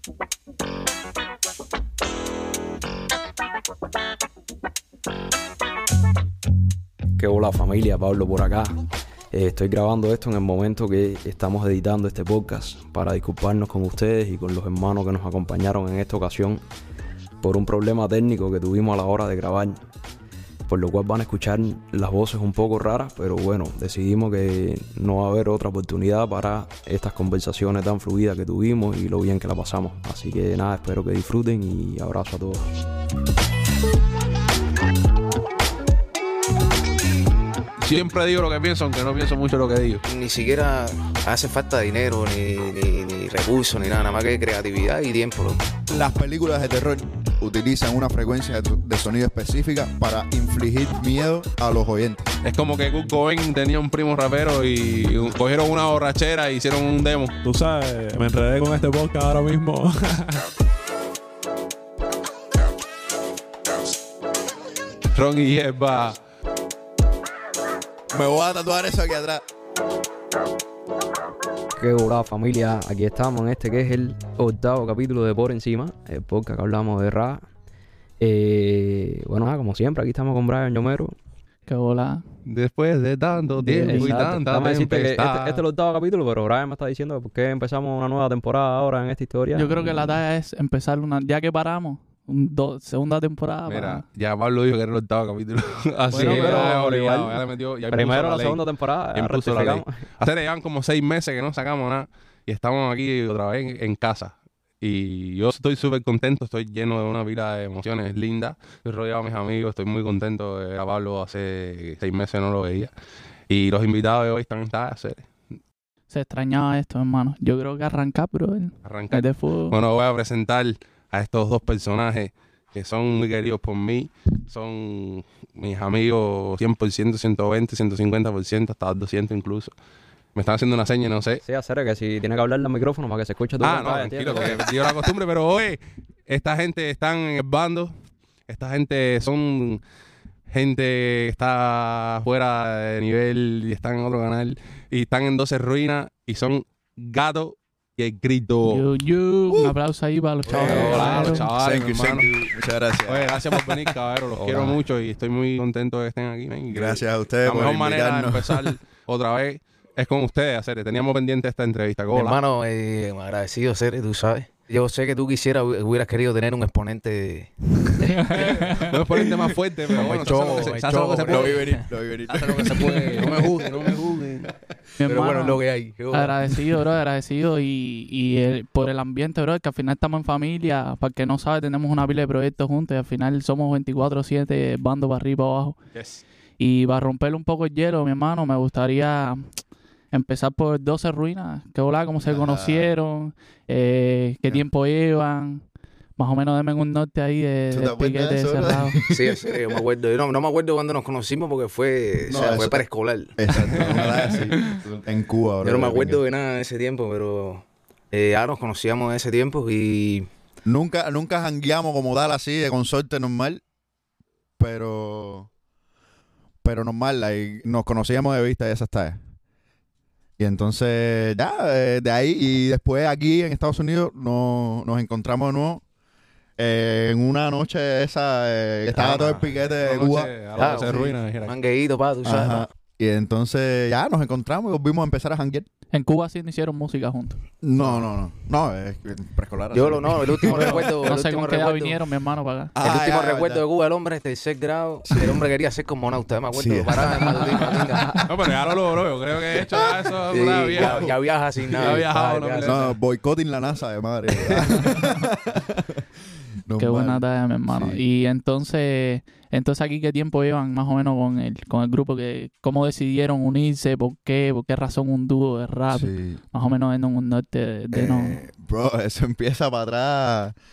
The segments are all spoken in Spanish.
Qué hola familia, Pablo por acá. Estoy grabando esto en el momento que estamos editando este podcast para disculparnos con ustedes y con los hermanos que nos acompañaron en esta ocasión por un problema técnico que tuvimos a la hora de grabar, por lo cual van a escuchar las voces un poco raras, pero bueno, decidimos que no va a haber otra oportunidad para estas conversaciones tan fluidas que tuvimos y lo bien que la pasamos. Así que nada, espero que disfruten y abrazo a todos. Siempre digo lo que pienso, aunque no pienso mucho lo que digo. Ni siquiera hace falta dinero, ni recursos, ni nada más que creatividad y tiempo, ¿no? Las películas de terror utilizan una frecuencia de sonido específica para infligir miedo a los oyentes. Es como que Kurt Cobain tenía un primo rapero y cogieron una borrachera e hicieron un demo. Tú sabes, me enredé con este podcast ahora mismo. Ron y Hierba. Me voy a tatuar eso aquí atrás. Qué hola familia, aquí estamos en este que es el 8º capítulo de Por Encima, el podcast que hablamos de rap. Bueno, nada, como siempre, aquí estamos con Brian Yomero. Qué hola. Después de tanto tiempo y tanta Déjame decirte que tempestad. este es el 8º capítulo, pero Brian me está diciendo por qué empezamos una nueva temporada ahora en esta historia. Yo creo que la tarea es empezar ya que paramos, segunda temporada. Mira, ya Pablo dijo que era el 8º capítulo. Así Bueno, que pero ya, igual, ya le metió. Ya primero la ley. segunda temporada, Ya impuso la ley. rectificamos. Hace llevan como 6 meses que no sacamos nada y estamos aquí otra vez en casa. Y yo estoy súper contento, estoy lleno de una pila de emociones lindas. Estoy rodeado de mis amigos, estoy muy contento de ver a Pablo. Hace 6 meses no lo veía. Y los invitados de hoy están en hacer. Se extrañaba esto, hermano. Yo creo que arrancar, bro. Arrancar. De fútbol. Bueno, voy a presentar a estos dos personajes que son muy queridos por mí. Son mis amigos 100%, 120, 150%, hasta 200 incluso. Me están haciendo una seña, no sé. Sí, hacer que si tiene que hablarle al micrófono para que se escuche todo. No, tranquilo, que he perdido la costumbre. Pero oye, esta gente están en el bando. Esta gente son gente que está fuera de nivel y están en otro canal. Y están en 12 ruinas y son Gato y El Grito. Un aplauso ahí para los chavos. Hola, los chavales, Thank you, mi hermano. thank you. Muchas gracias. Oye, gracias por venir, cabrero. Los quiero mucho y estoy muy contento de que estén aquí. Man. Gracias a ustedes La por mejor manera de invitarnos. empezar otra vez es con ustedes, hacer. Teníamos pendiente esta entrevista. Mi Hola. hermano, agradecido ser, tú sabes. Yo sé que tú hubieras querido tener un exponente No es ponerte más fuerte, pero como bueno, el se hace Choco, lo que se puede. Lo vi venir. Hace lo que se puede. No me juzguen, no me juzguen. Mi Pero hermano, bueno, es lo que hay. agradecido, bro, agradecido por el ambiente, bro, que al final estamos en familia. Para el que no sabe, tenemos una pila de proyectos juntos y al final somos 24/7, bando para arriba y para abajo. Yes. Y para romper un poco el hielo, mi hermano, me gustaría empezar por 12 ruinas. Que hola, cómo se conocieron, qué tiempo llevan. Más o menos denme un norte ahí ¿Tú te de acuerdas piquete de eso, cerrado. Sí, en serio, me acuerdo. Yo no me acuerdo cuando nos conocimos porque fue eso- preescolar. Exacto. Ojalá, sí. En Cuba, bro. Yo no me acuerdo de nada de ese tiempo, pero ya nos conocíamos en ese tiempo y Nunca jangueamos como tal así, de consorte normal. Pero normal, like, nos conocíamos de vista y esa está. Y entonces, ya, de ahí, y después aquí en Estados Unidos nos encontramos de nuevo en una noche esa, estaba todo el piquete de Cuba. A las 12 ruinas, dijera. mangueíto, pa, tú sabes. Ajá. Y entonces ya nos encontramos y volvimos a empezar a janguear. En Cuba sí no hicieron música juntos. No, es preescolar. Yo así. el último recuerdo. No el sé último con qué edad recuerdo- vinieron, mi hermano, para acá. El Ah, último ya, recuerdo verdad. de Cuba, el hombre de tercer grado, el hombre quería ser cosmonauta, me acuerdo. Sí. Pararme en Maturín, Matinga. No, pero ya lo logró. Yo creo que he hecho ya eso Sí, una vieja. ya viaja sin nada. Ya ha viajado, Ya, no, ya, No, boicoting la NASA de madre. Qué buena talla, mi hermano. Sí. Y entonces aquí, ¿qué tiempo llevan más o menos con el grupo? ¿Cómo decidieron unirse? ¿Por qué razón un dúo de rap? Sí. Más o menos en un norte de no. Bro, eso empieza para atrás.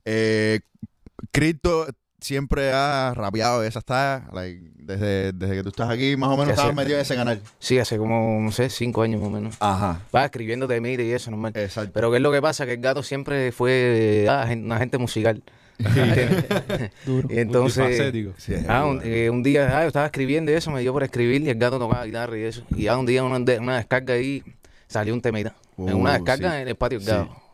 Crypto siempre ha rapeado esa está, like, desde que tú estás aquí, más o menos Sí, estabas sí. metido en ese canal. Sí, hace como, no sé, 5 años más o menos. Ajá. Va escribiendo de mí y eso, normal. Exacto. Pero ¿qué es lo que pasa? Que el gato siempre fue un agente musical. Duro. Y entonces, Multifacético. Sí, un día yo estaba escribiendo y eso, me dio por escribir y el gato tocaba guitarra y eso. Y un día una descarga ahí salió un temita. En una descarga sí. en el patio del Sí. gato.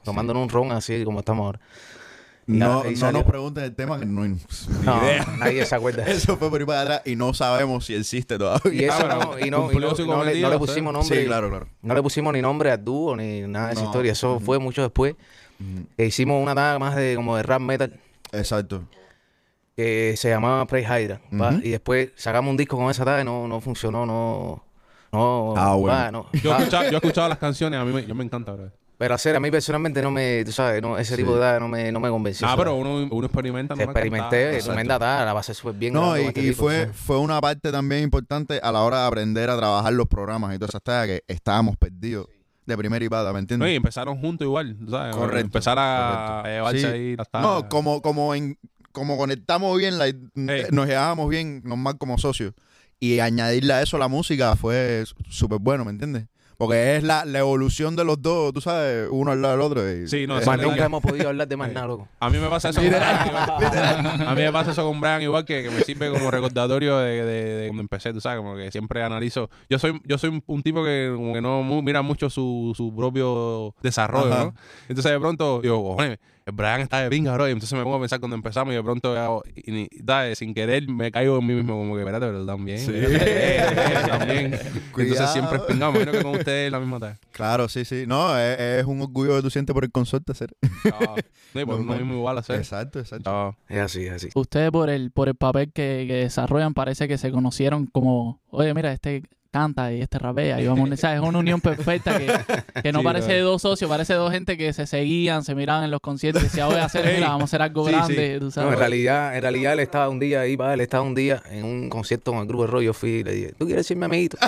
tomándonos un ron así como estamos ahora. No, Y no salió. nos pregunten el tema, que no hay ni No, idea. nadie se acuerda. Eso fue por ir para atrás y no sabemos si existe todavía. Y eso pero cumplió su no le cometido, pusimos nombre. Sí, claro. No le pusimos ni nombre al dúo ni nada de esa No. historia. Eso fue mucho después. Que hicimos una tanda más de como de rap metal Exacto. que se llamaba Prey Hydra. ¿va? Ujú. Y después sacamos un disco con esa tanda y no funcionó, no. Ah, bueno. va, no. Yo he escuchado las canciones, yo me encanta, bro. Pero a mí personalmente no me, tú sabes, no, ese tipo de edad no me convenció. Pero uno experimenta. no me Experimenté, encantaba. tremenda tara, la pasé súper bien. No, grabando con este y tipo, fue, ¿sabes? fue una parte también importante a la hora de aprender a trabajar los programas y todas esas tareas que estábamos perdidos de primera y pata, ¿me entiendes? No, y empezaron juntos igual, ¿sabes? Correcto, Empezar a correcto. llevarse Sí. ahí. No, como conectamos bien, nos llevábamos bien, normal como socios. Y añadirle a eso la música fue súper bueno, ¿me entiendes? Porque es la evolución de los dos, tú sabes, uno al lado del otro. Y, Sí, no, Más sí, nunca hemos podido hablar de más nada, loco. A mí me pasa eso con Brian. A mí me pasa eso con Brian igual que me sirve como recordatorio de cuando empecé, tú sabes, como que siempre analizo. Yo soy un tipo que como que no mira mucho su propio desarrollo, Ajá. ¿no? Entonces de pronto digo, cojones, el Brian está de pinga, bro. Y entonces me pongo a pensar cuando empezamos y de pronto hago, ¿sabes? Sin querer me caigo en mí mismo como que, espérate, pero también. Sí. También. Entonces siempre es pingado. Me imagino que con ustedes la misma tarea. Claro, sí. No, es un orgullo que tú sientes por el consorte hacer. No, y por uno mismo igual hacer. Exacto. Es así, es así. Ustedes por el papel que desarrollan parece que se conocieron como, oye, mira, este canta y este rapea y vamos, ¿sabes? Es una unión perfecta que no Sí, parece claro. de dos socios, parece de dos gente que se seguían, se miraban en los conciertos y decían, oye, mira, vamos a hacer algo Sí, grande, tú No, sabes. en realidad él estaba un día ahí, él estaba un día en un concierto con el grupo de Roy. Yo fui y le dije, ¿tú quieres ser mi amiguito?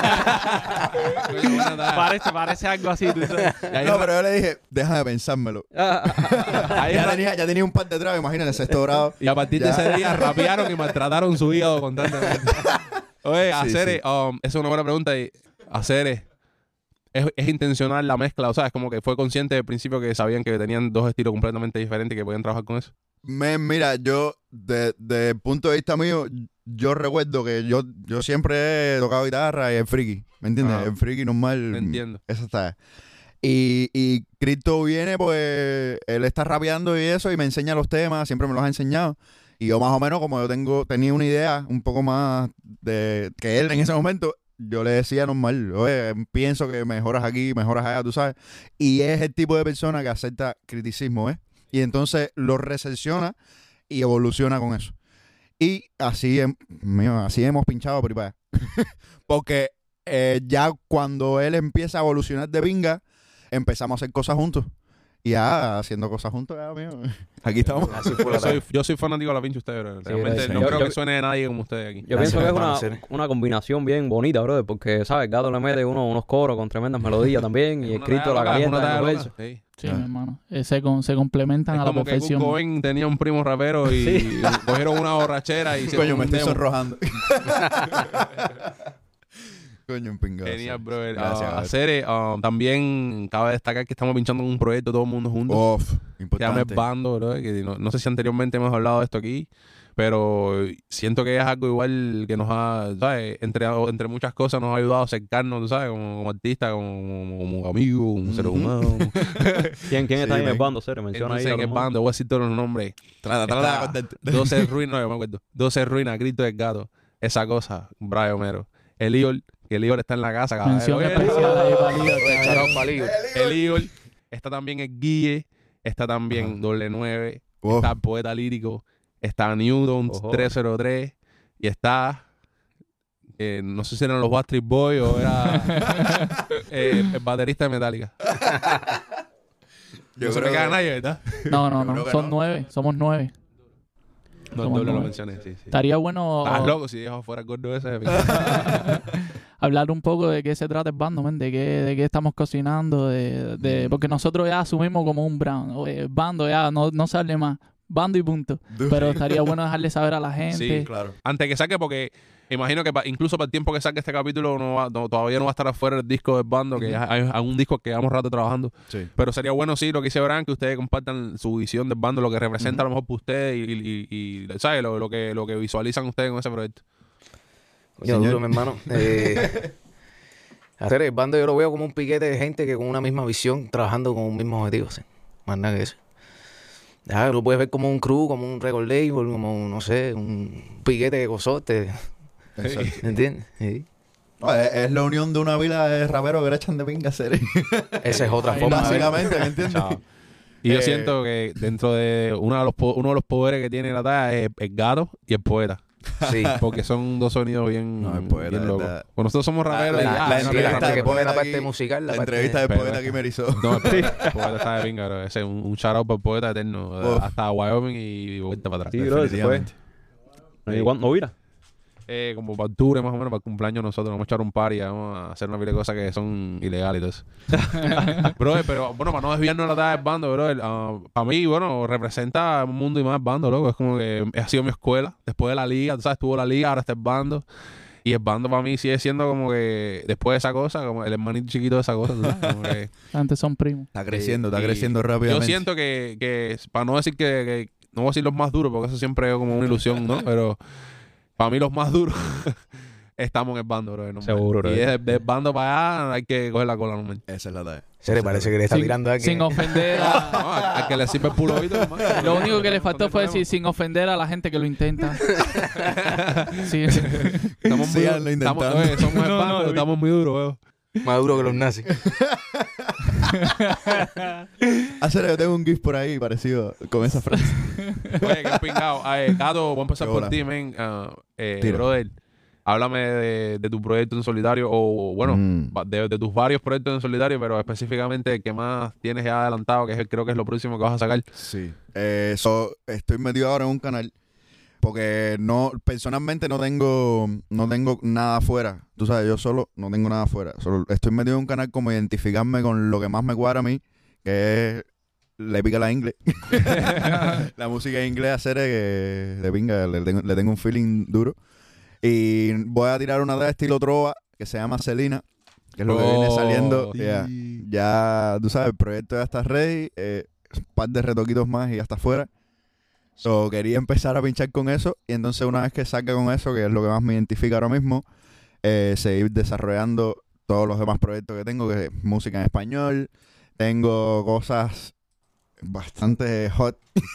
Parece algo así, tú sabes. No, pero yo le dije, déjame pensármelo. ya tenía un par de tragos, imagínate, sexto grado. Y a partir de ese día rapearon y maltrataron su hígado constantemente. Oye, Acere, esa es una buena pregunta. Acere, ¿es intencional la mezcla? O sea, es como que fue consciente desde el principio que sabían que tenían dos estilos completamente diferentes y que podían trabajar con eso. Mira, yo, desde el punto de vista mío, yo recuerdo que yo siempre he tocado guitarra y el friki, ¿me entiendes? Ajá. El friki normal. Entiendo. Eso está. Y Cristo viene, pues, él está rapeando y eso, y me enseña los temas, siempre me los ha enseñado. Y yo más o menos, como yo tenía una idea un poco más de que él en ese momento, yo le decía normal, oye, pienso que mejoras aquí, mejoras allá, tú sabes. Y es el tipo de persona que acepta criticismo, ¿eh? Y entonces lo recepciona y evoluciona con eso. Y así, así hemos pinchado por ahí para allá. Porque ya cuando él empieza a evolucionar de pinga, empezamos a hacer cosas juntos. Y ya haciendo cosas juntos, ya, amigo. Aquí estamos. Así fue la tara. Yo soy fanático de la pinche ustedes, bro. Realmente gracias. no Yo- creo yo- que suene de nadie como ustedes aquí. Yo Gracias, pienso que es hermano, serio. una combinación bien bonita, brother, porque, ¿sabes? El Gato le mete unos coros con tremendas melodías también y el Cristo la calienta en los versos. Sí. Sí, mi hermano. Se complementan Es a la como que perfección. Kurt Cobain tenía un primo rapero y Sí. cogieron una borrachera y hicieron Coño, me un estoy demo. sonrojando. Coño, un pingazo. Genial, brother. Gracias, brother. Acere, también cabe destacar que estamos pinchando en un proyecto todo el mundo juntos. Uf, Se llama El importante. Bando, bro, que no sé si anteriormente hemos hablado de esto aquí, pero siento que es algo igual que nos ha, ¿sabes? Entre muchas cosas nos ha ayudado a acercarnos, tú ¿sabes? Como artistas, como amigos, como seres humanos. ¿Quién está ahí en el man. bando, serio? Menciona Entonces, ahí. a en los el bando, voy a decir todos los nombres. Trata de Está acordarte. 12 ruinas, no, yo me acuerdo. 12 ruinas, Cristo del Gato. Esa cosa, Brian Homero. El Igor, que el Igor está en la casa. cabrón. Mención Oye, especial ahí para Lío, Oye, shout out pa' Lío. el Igor. Está también el Guille. Está también Doble 9. Uf. Está el Poeta Lírico. Está Newton Ojo. 303. Y está... no sé si eran los Backstreet Boys o era el baterista de Metallica. Yo No se me creo queda que- nadie, ¿verdad? No, Yo creo que son no. 9, somos 9. No, Somos doble lo nueve. mencioné, sí. Estaría bueno Estás loco si dejo fuera el gordo ese. hablar un poco de qué se trata el bando, men, de qué estamos cocinando, porque nosotros ya asumimos como un brand. Oye, el bando ya no sale más. Bando y punto. Pero estaría bueno dejarle saber a la gente. Sí, Claro. Antes que saque, porque imagino que incluso para el tiempo que saque este capítulo todavía no va a estar afuera el disco del bando, que hay un disco que llevamos rato trabajando. Sí. Pero sería bueno, sí, lo que dice Bran, que ustedes compartan su visión del bando, lo que representa a lo mejor para ustedes y ¿sabes? Lo que visualizan ustedes con ese proyecto. Coño, Señor. duro, mi hermano. Hacer el bando yo lo veo como un piquete de gente que con una misma visión, trabajando con un mismo objetivo, ¿sí? Más nada que eso. Ya, lo puedes ver como un crew, como un record label, como, no sé, un piquete de cosote. ¿Entiendes? Sí. No, es la unión de una vila de raperos que le echan de pinga hacer. Esa es otra forma. Básicamente, ¿me entiendes? Chao. Y yo siento que dentro de uno de los poderes que tiene la talla es el gato y el poeta. Sí. Porque son dos sonidos bien, No, el poeta, bien locos. la- Pues nosotros somos raperos y la- ya, la no, Sí, entrevista la gente de que pone la poeta parte aquí- musical, La parte... entrevista del Pero- poeta aquí me erizó. No, el poeta está de pinga, bro. Ese es un shout out para el poeta eterno. Uf. Hasta Wyoming y vuelta para atrás. Sí, bro, se fue. Definitivamente. ¿Y cuándo no vira? Como para octubre más o menos, para el cumpleaños nosotros vamos a echar un party, vamos a hacer una pila de cosas que son ilegales y todo eso. Bro, pero bueno, para no desviarnos de la talla del bando, bro, para mí, bueno, representa un mundo y más bando, loco. Es como que ha sido mi escuela. Después de la liga, tú sabes, estuvo la liga, ahora está el bando. Y el bando para mí sigue siendo como que después de esa cosa, como el hermanito chiquito de esa cosa, ¿tú sabes? Como que, Antes son primos. Está creciendo y rápidamente. Yo siento que para no decir que no voy a decir los más duros, porque eso siempre es como una ilusión, ¿no? Pero para mí los más duros estamos en el bando, bro. No, Seguro, bro. Y del bando para allá hay que coger la cola, no, man. Esa es la talla. Se le parece que le está Sin- tirando a alguien. Sin ofender a... No, al que le sirve el pulovito, hermano. Lo único que le faltó fue decir sin ofender a la gente que lo intenta. Sí. Estamos muy Síganlo estamos, intentando. oye, somos el No, bando, no, estamos muy duros, weón. Más duro que los nazis. Hacer, yo tengo un GIF por ahí parecido con esa frase. Oye, qué pingado. Gato, voy a empezar Qué por bola. ti, men. Tira. Brother, háblame de tu proyecto en solitario o, bueno, de tus varios proyectos en solitario, pero específicamente el que más tienes ya adelantado, que es creo que es lo próximo que vas a sacar. Sí. Estoy metido ahora en un canal porque personalmente no tengo nada afuera. Tú sabes, yo solo no tengo nada afuera. Solo estoy metido en un canal como identificarme con lo que más me cuadra a mí, que es le pica la inglés. La música en inglés hacer que de pinga, le tengo un feeling duro. Y voy a tirar una de estilo trova que se llama Selena, que es lo que viene saliendo. Ya, tú sabes, el proyecto ya está ready. Un par de retoquitos más y ya está fuera. So, quería empezar a pinchar con eso. Y entonces una vez que salga con eso, que es lo que más me identifica ahora mismo, seguir desarrollando todos los demás proyectos que tengo, que es música en español. Tengo cosas bastante hot.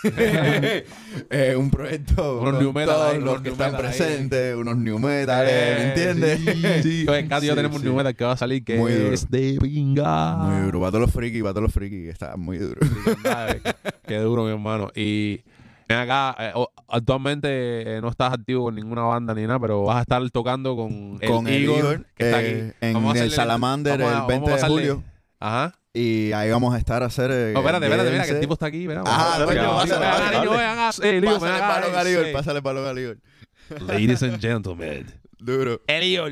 Un proyecto Unos con new metal todos ahí, los unos que new están metal ahí. presentes, unos new metal, ¿me entiendes? Sí. Oye, Katy y yo Sí, tenemos un sí. new metal que va a salir que Muy duro. es de pinga. Muy duro, para todos los frikis, está muy duro. Qué duro, mi hermano. Y ven acá, actualmente no estás activo con ninguna banda ni nada, pero vas a estar tocando con Con el Igor, que está aquí. en Vamos a el hacerle- Salamander vamos a- el vamos 20 a de pasarle- julio. Ajá. Y ahí vamos a estar a hacer. No, espérate, mira, que el DNC. tipo está aquí. Mira, Ah, vamos. coño, Venga, pásale, venga, pásale. niño, venga, Lío, Pásale venga, balón al Igor, sí. pásale balón al Igor. Ladies and gentlemen, Duro. el Igor.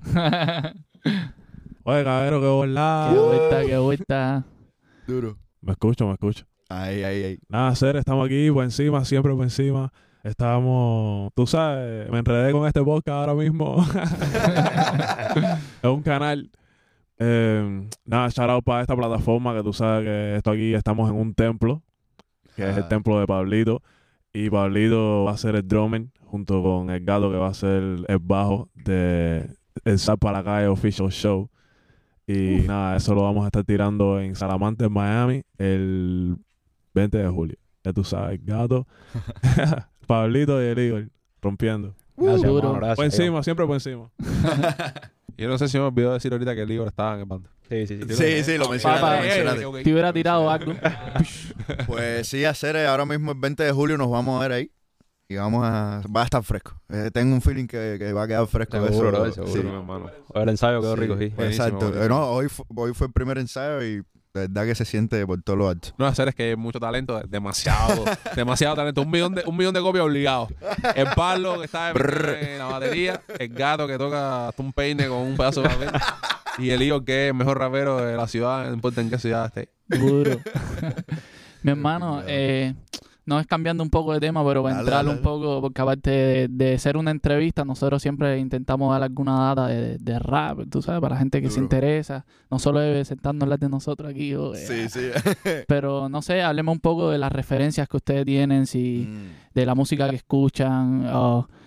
Oye, cabrero, qué Qué volada. vuelta, qué vuelta. Duro. Me escucho. Ahí. Nada, hacer, estamos aquí por encima, siempre por encima. Estábamos, tú sabes, me enredé con este podcast ahora mismo. Es un canal. Nada, shout out para esta plataforma que tú sabes que esto aquí estamos en un templo, que es el templo de Pablito. Y Pablito va a ser el drummer junto con el gato que va a ser el bajo de el Sal para la Calle Official Show. Y nada, eso lo vamos a estar tirando en Salamanca, en Miami, el 20 de julio. Ya tú sabes, el gato, Pablito y el Igor, rompiendo. Gracias, Duro. hermano, gracias. Por encima, siempre por encima. Yo no sé si me olvidó decir ahorita que el Igor estaba en el bando. Sí. Sí, lo mencionaste. Papá, lo mencionaste. Te hubiera tirado algo. Pues sí, hacer ahora mismo el 20 de julio nos vamos a ver ahí. Y va a estar fresco. Tengo un feeling que va a quedar fresco. Seguro, eso. bro, seguro, Sí. mi hermano. Oye, el ensayo quedó rico, sí. Buenísimo, Exacto. buenísimo. No, hoy fue el primer ensayo y de verdad que se siente por todo lo alto. No, hacer es que hay mucho talento, demasiado talento. Un millón de copias obligado. El Pablo que está en la batería, el gato que toca hasta un peine con un pedazo de papel y el Igor que es el mejor rapero de la ciudad, no importa en qué ciudad esté. Duro. Mi hermano, no es cambiando un poco de tema, pero para Dale, entrar dale. un poco, porque aparte de ser una entrevista, nosotros siempre intentamos dar alguna data de rap, tú sabes, para la gente que se Duro. interesa. No solo es sentarnos a hablar de nosotros aquí, Sí. pero no sé, hablemos un poco de las referencias que ustedes tienen, si de la música que escuchan,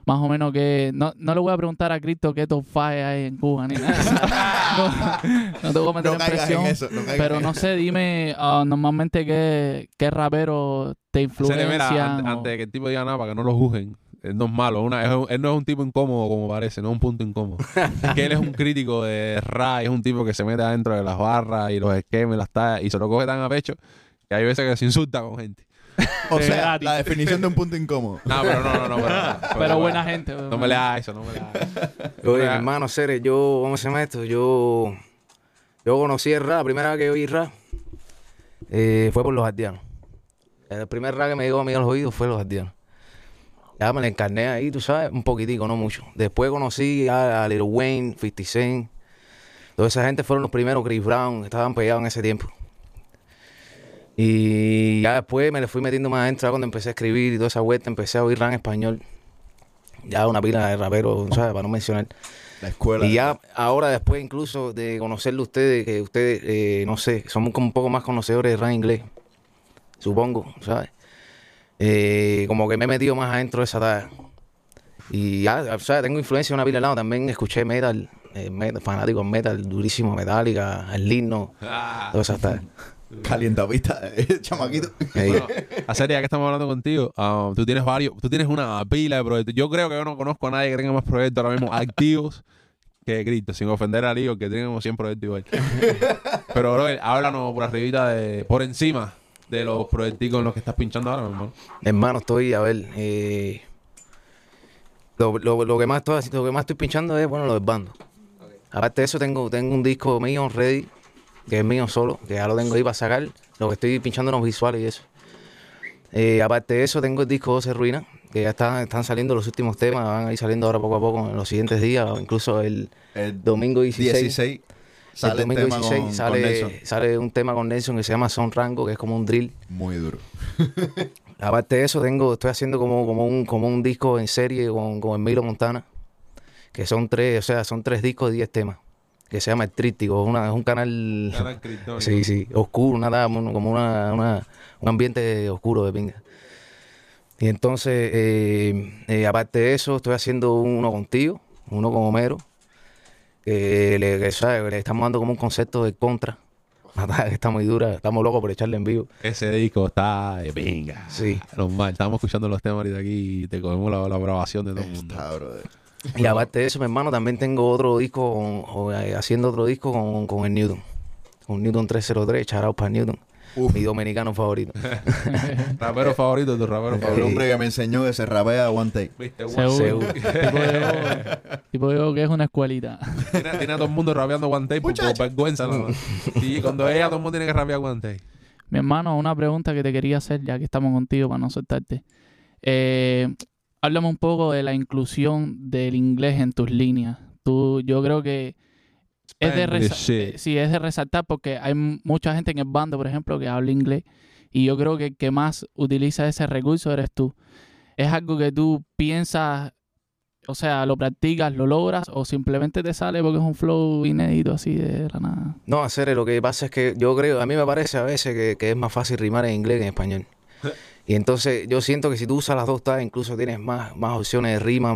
más o menos que... No le voy a preguntar a Cristo qué top 5 hay en Cuba ni nada. No te voy a meter en caigas presión. en eso, no caigas Pero en no sé, dime normalmente qué rapero te Mira, influencian. antes de que el tipo diga nada, para que no lo juzguen. Él no es malo, él no es un tipo incómodo como parece, no es un punto incómodo. Es que él es un crítico de rap, es un tipo que se mete adentro de las barras y los esquemas y las tallas y se lo coge tan a pecho que hay veces que se insulta con gente. O sea, la definición de un punto incómodo. No, pero no. Pero buena gente. No me le hagas eso, no me le hagas eso. Oye, mi hermano, Ceres, ¿cómo se llama esto? Yo conocí el rap, la primera vez que oí rap fue por Los Ardianos. El primer rap que me llegó a mí a los oídos fue Los Ardianos. Ya me la encarné ahí, tú sabes, un poquitico, no mucho. Después conocí a Lil Wayne, 50 Cent. Toda esa gente fueron los primeros, Chris Brown, que estaban pegados en ese tiempo. Y ya después me le fui metiendo más adentro cuando empecé a escribir y toda esa vuelta, empecé a oír rap en español. Ya una pila de raperos, ¿sabes? Para no mencionar. La escuela. Y ya ahora después incluso de conocerlo ustedes, que ustedes, no sé, somos como un poco más conocedores de rap inglés, supongo, ¿sabes? Como que me he metido más adentro de esa tarea. Y ya, o sea, tengo influencia de una pila de lado. También escuché metal, fanático de metal, durísimo, Metallica, el Linno, todas esas tareas. Calientapista, chamaquito. Bueno, a serio, ya que estamos hablando contigo, tú tienes una pila de proyectos. Yo creo que yo no conozco a nadie que tenga más proyectos ahora mismo activos que Cristo, sin ofender a Lío, que tenemos 100 proyectos igual. Pero, bro, háblanos por arribita, por encima de los proyectos en los que estás pinchando ahora, mi hermano. Hermano, estoy, a ver, lo que más estoy pinchando es, bueno, lo del bando. Aparte de eso, tengo un disco mío, ready, que es mío solo, que ya lo tengo ahí para sacar. Lo que estoy pinchando en los visuales y eso. Aparte de eso, tengo el disco 12 Ruinas, que ya están saliendo los últimos temas, van a ir saliendo ahora poco a poco en los siguientes días, o incluso el domingo 16. Sale el domingo el tema 16 con Nelson. sale un tema con Nelson que se llama Son Rango, que es como un drill. Muy duro. Aparte de eso, estoy haciendo como un disco en serie con Emilio Montana, que son tres discos de 10 temas, que se llama El Tríptico. Es un canal sí, oscuro, como un ambiente oscuro de pinga. Y entonces, aparte de eso, estoy haciendo uno contigo, uno con Homero, que le estamos dando como un concepto de contra. Está muy dura, estamos locos por echarle en vivo. Ese disco está de pinga. Sí. Normal, estamos escuchando los temas ahorita aquí y te cogemos la grabación de todo el mundo. Está, brother. Y aparte de eso, mi hermano, también tengo otro disco, haciendo otro disco con el Newton. Con Newton 303, shout out para Newton. Mi dominicano favorito. Rapero favorito, tu rapero El favorito. hombre que me enseñó que se rapea one take. ¿Viste? Seguro. Tipo digo que es una escuelita. Tiene a todo el mundo rapeando one take por vergüenza. ¿No? Y cuando ella, todo el mundo tiene que rapear one take. Mi hermano, una pregunta que te quería hacer, ya que estamos contigo, para no soltarte. Háblame un poco de la inclusión del inglés en tus líneas. Yo creo que es de resaltar porque hay mucha gente en el bando, por ejemplo, que habla inglés y yo creo que el que más utiliza ese recurso eres tú. ¿Es algo que tú piensas, o sea, lo practicas, lo logras o simplemente te sale porque es un flow inédito así de la nada? No, hacer lo que pasa es que yo creo, a mí me parece a veces que es más fácil rimar en inglés que en español. Y entonces yo siento que si tú usas las dos tablas, incluso tienes más opciones de rima,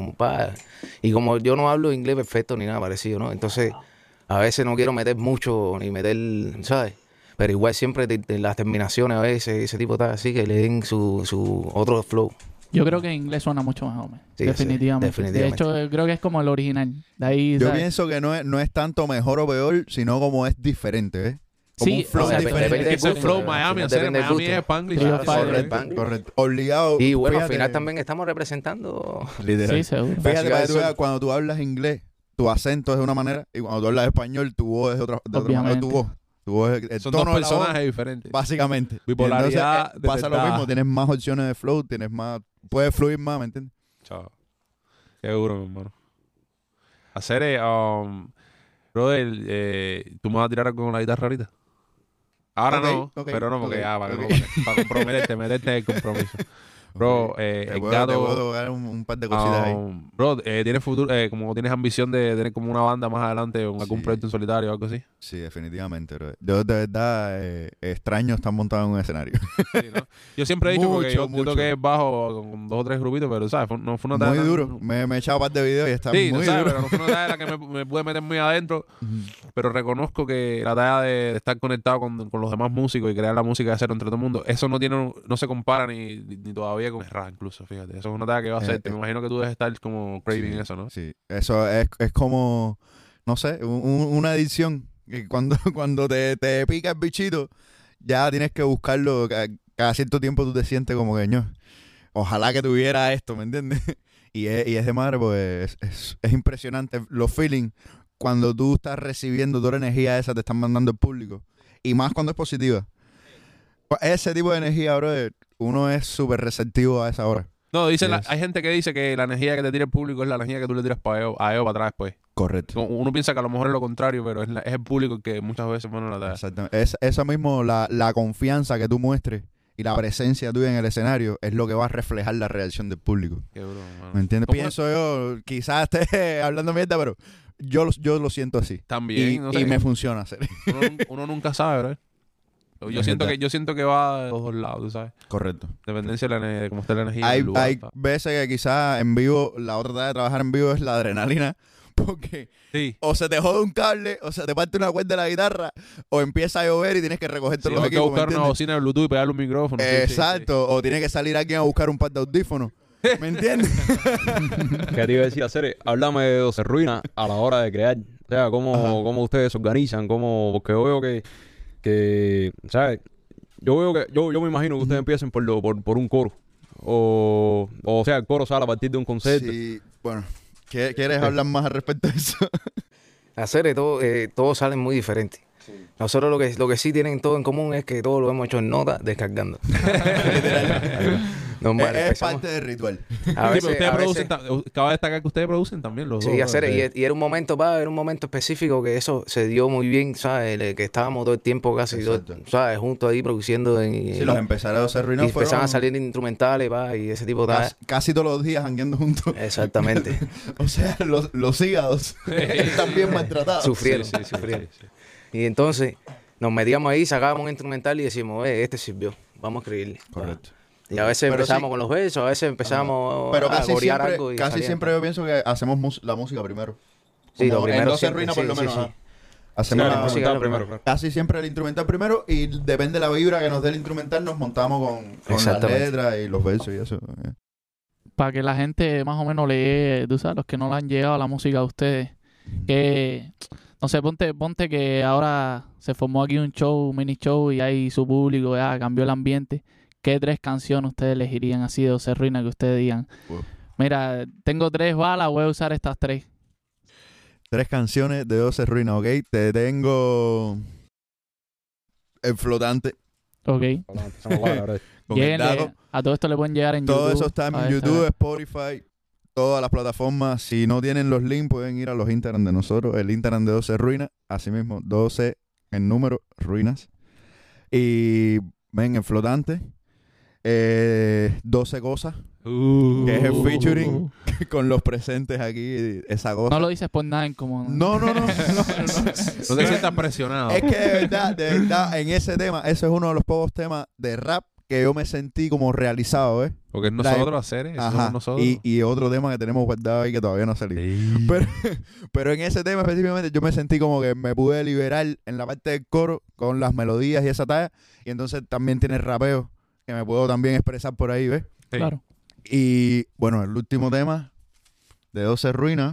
y como yo no hablo inglés perfecto ni nada parecido, ¿no? Entonces a veces no quiero meter mucho, ni meter, ¿sabes? Pero igual siempre las terminaciones a veces, ese tipo de tal, así que le den su otro flow. Yo creo que en inglés suena mucho mejor, sí, definitivamente. De hecho, creo que es como el original. De ahí, yo ¿sabes? pienso que no es tanto mejor o peor, sino como es diferente, ¿ves? Como un flow diferente. Depende del gusto, flow Miami, Miami es Spanglish. Correcto. Obligado. Y bueno, al fíjate, final también estamos representando. Literal. Sí, seguro. Fíjate, para que tú veas, cuando tú hablas inglés, tu acento es de una manera, y cuando tú hablas español, tu voz es de otra manera. Tu voz es el son tono dos de la voz, personajes diferentes. básicamente. Bipolaridad. Entonces, pasa lo mismo, tienes más opciones de flow, puedes fluir más, ¿me entiendes? Chao. Qué duro, mi hermano. Hacer, brother, ¿tú me vas a tirar algo con la guitarra ahorita? Ahora Okay, no, okay, pero no, porque okay, ya, para okay. comprometerte, meterte en el compromiso. Bro, Te el puedo gato... tocar un par de cositas ahí. Bro, ¿tienes futuro, como tienes ambición de tener como una banda más adelante o algún Sí. proyecto en solitario o algo así? Sí, definitivamente, bro. Yo de verdad extraño estar montado en un escenario. Sí, ¿no? Yo siempre he dicho, porque yo Mucho. toqué bajo con 2 o 3 grupitos, pero ¿sabes? No fue una Muy tarea duro. tan- Me he echado un par de videos y está Sí, muy tú sabes, duro. pero no fue una tarea en la que me pude meter muy adentro. Pero reconozco que la tarea de estar conectado con los demás músicos y crear la música de cero entre todo el mundo, eso no se compara ni todavía con el rap, incluso, fíjate. Eso es una tarea que va a hacer. Me imagino que tú debes estar como craving eso, ¿no? Sí, eso es como, no sé, una adicción. Que cuando te pica el bichito, ya tienes que buscarlo. Cada cierto tiempo tú te sientes como que, "Ño, ojalá que tuviera esto", ¿me entiendes? Y es de madre, pues es impresionante los feelings cuando tú estás recibiendo toda la energía esa te están mandando el público. Y más cuando es positiva. Ese tipo de energía, bro, uno es súper receptivo a esa hora. No, Yes. hay gente que dice que la energía que te tira el público es la energía que tú le tiras a ellos para atrás después. Correcto. Uno piensa que a lo mejor es lo contrario, pero es el público el que muchas veces pone la tarea. Exactamente. Esa mismo, la confianza que tú muestres y la presencia tuya en el escenario es lo que va a reflejar la reacción del público. Qué bro, mano. ¿Me entiendes? ¿Cómo Pienso yo, quizás esté hablando mierda, pero yo lo siento así. También, Y, no sé. y me funciona hacer. Uno nunca sabe, ¿verdad? Yo Es siento verdad. yo siento que va de los dos lados, tú sabes. Correcto. Dependencia de cómo esté la energía. Hay del lugar, hay ¿sabes? veces que quizás en vivo, la otra tarea de trabajar en vivo es la adrenalina, porque Sí. o se te jode un cable, o se te parte una cuerda de la guitarra, o empieza a llover y tienes que recoger Sí, todos los hay que equipos, ¿me buscar una entiendes? bocina de Bluetooth y pegarle un micrófono. Sí, sí, sí. Exacto, o tiene que salir alguien a buscar un par de audífonos, ¿me entiendes? ¿Qué te iba a decir, hacer? Háblame de 12 Ruinas a la hora de crear. O sea, cómo ustedes se organizan, porque yo veo que ¿sabes? Yo me imagino que ustedes empiecen por un coro. O sea, el coro sale a partir de un concepto. Sí, bueno, ¿quieres hablar más al respecto de eso? Hacer todos salen muy diferentes. Nosotros lo que sí tienen todo en común es que todos lo hemos hecho en nota descargando. Normal, es empezamos. parte del ritual. A Sí, pero veces, ustedes a producen, veces- acaba de destacar que ustedes producen también los Sí, dos. hacer, ¿sabes? y era un momento, era un momento específico que eso se dio muy bien, ¿sabes? Que estábamos todo el tiempo casi, Exacto. ¿sabes? Juntos ahí produciendo Sí, los empezaron a y ruinas empezaban a salir instrumentales, y ese tipo de... casi todos los días jangueando juntos. Exactamente. O sea, los hígados están bien maltratados. Sufrieron, Sí, sí, sí, sufrieron. sí, sí. Y entonces nos metíamos ahí, sacábamos un instrumental y decíamos, este sirvió, vamos a escribirle. Correcto. Y a veces Pero empezamos sí. con los versos, a veces empezamos Pero a corear algo. casi siempre yo pienso que hacemos la música primero. Sí, lo Como primero en 12 siempre, ruinas sí, por lo sí, menos. sí. ajá. Hacemos Sí, la la música música lo primero, claro. Casi siempre el instrumental primero y depende de la vibra que nos dé el instrumental, nos montamos con las Exactamente. letras y los versos y eso. Para que la gente más o menos lee, tú sabes, los que no le han llegado a la música a ustedes, que, no sé, ponte que ahora se formó aquí un show, un mini show y hay su público, ya cambió el ambiente. ¿Qué 3 canciones ustedes elegirían así de 12 Ruinas que ustedes digan? Wow. Mira, tengo 3 balas, voy a usar estas 3. 3 canciones de 12 ruinas, ¿ok? Te tengo El Flotante Ok. con el Lléguenle, Dago. a todo esto le pueden llegar en Todo YouTube. eso está en a ver, YouTube, Spotify, todas las plataformas. Si no tienen los links, pueden ir a los Instagram de nosotros. El Instagram de 12 Ruinas, así mismo, 12 en número, Ruinas. Y ven, El Flotante. 12 cosas, que es el featuring con los presentes aquí, esa cosa. No lo dices por nada en común. No. No te sientas presionado. Es que de verdad, en ese tema, ese es uno de los pocos temas de rap que yo me sentí como realizado, ¿eh? Porque es nosotros hacer eso. Ajá. Somos nosotros. Y otro tema que tenemos guardado ahí que todavía no ha salido. Pero en ese tema específicamente yo me sentí como que me pude liberar en la parte del coro con las melodías y esa talla. Y entonces también tiene rapeo que me puedo también expresar por ahí, ¿ves? Sí. Claro. Y bueno, el último tema de 12 Ruinas.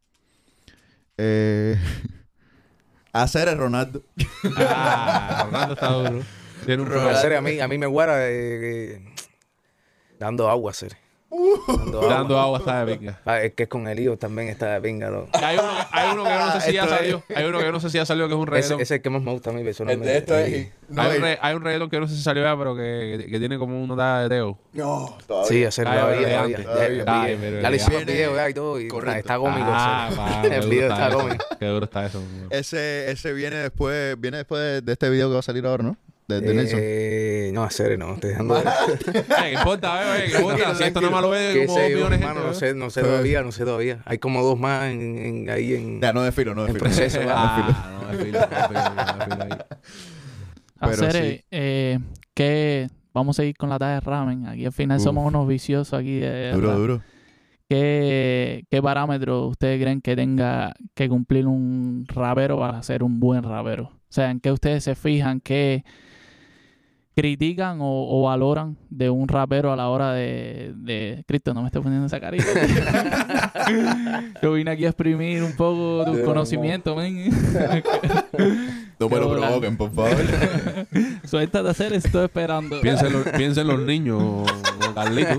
Hacer el Ronaldo. Ronaldo está duro. Tiene un En serio, a mí me guarda dando agua, hacer. Dando agua está de pinga. Es que con el hijo también está de pinga. ¿No? Hay uno que yo no sé si ya Esto es- salió. Hay uno que yo no sé si ya salió, que es un Ese reggaetón. es el que más me gusta a mí personalmente. Hay un reggaetón que yo no sé si salió ya, pero que tiene como una talla de Teo. No, todavía. Sí, hacer Ay, todavía. de todavía. antes. Todavía. Ya le hicimos el Viene- video ya y todo. Y Correcto. está cómico. Ah, sí. El video está cómico. Qué duro está eso. Ese viene después de este video que va a salir ahora, ¿no? de Nelson. No, hacer no, estoy dejando de... ¿Qué importa, ¿qué importa? Si esto no lo ve ¿Qué como sé yo, millones de hermano? gente. No sé todavía. Hay como 2 más ahí en... Ya, no desfilo. proceso, Ah, no, desfilo ahí. Pero Hacer, que vamos a ir con la talla de ramen. Aquí al final somos unos viciosos aquí. Duro. ¿Qué parámetros ustedes creen que tenga que cumplir un rapero para ser un buen rapero? O sea, ¿en qué ustedes se fijan? ¿Qué critican o valoran de un rapero a la hora de... Cristo, no me estés poniendo esa carita. Yo vine aquí a exprimir un poco tu conocimiento, men. No me lo Qué provoquen, por favor. Suéltate a hacer, estoy esperando. Piensa en los niños, Carlito.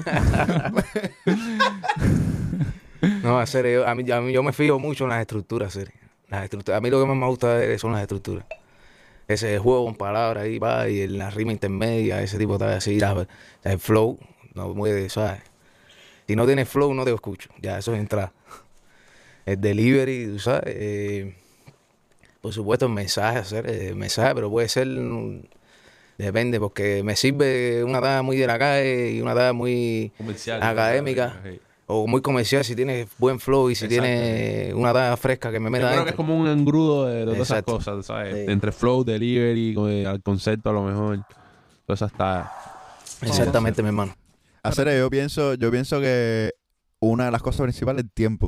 No, hacer yo me fijo mucho en las estructuras, hacer. Las estructuras. A mí lo que más me gusta son las estructuras. Ese juego con palabras ahí va, y la rima intermedia, ese tipo de así, el flow, no puede, ¿sabes? Si no tienes flow, no te escucho. Ya, eso es entrada. El delivery, tú sabes. Por supuesto, el mensaje, pero puede ser, depende, porque me sirve una tada muy de la calle y una tada muy Comercial, académica. O muy comercial si tienes buen flow y si tienes una tada fresca que me Yo meta creo que es dentro. como un engrudo de todas esas Exacto. cosas, ¿sabes? Sí. Entre flow, delivery, al concepto a lo mejor. Todas esas está... Exactamente, mi hermano. Hacer, yo pienso que una de las cosas principales es el tiempo.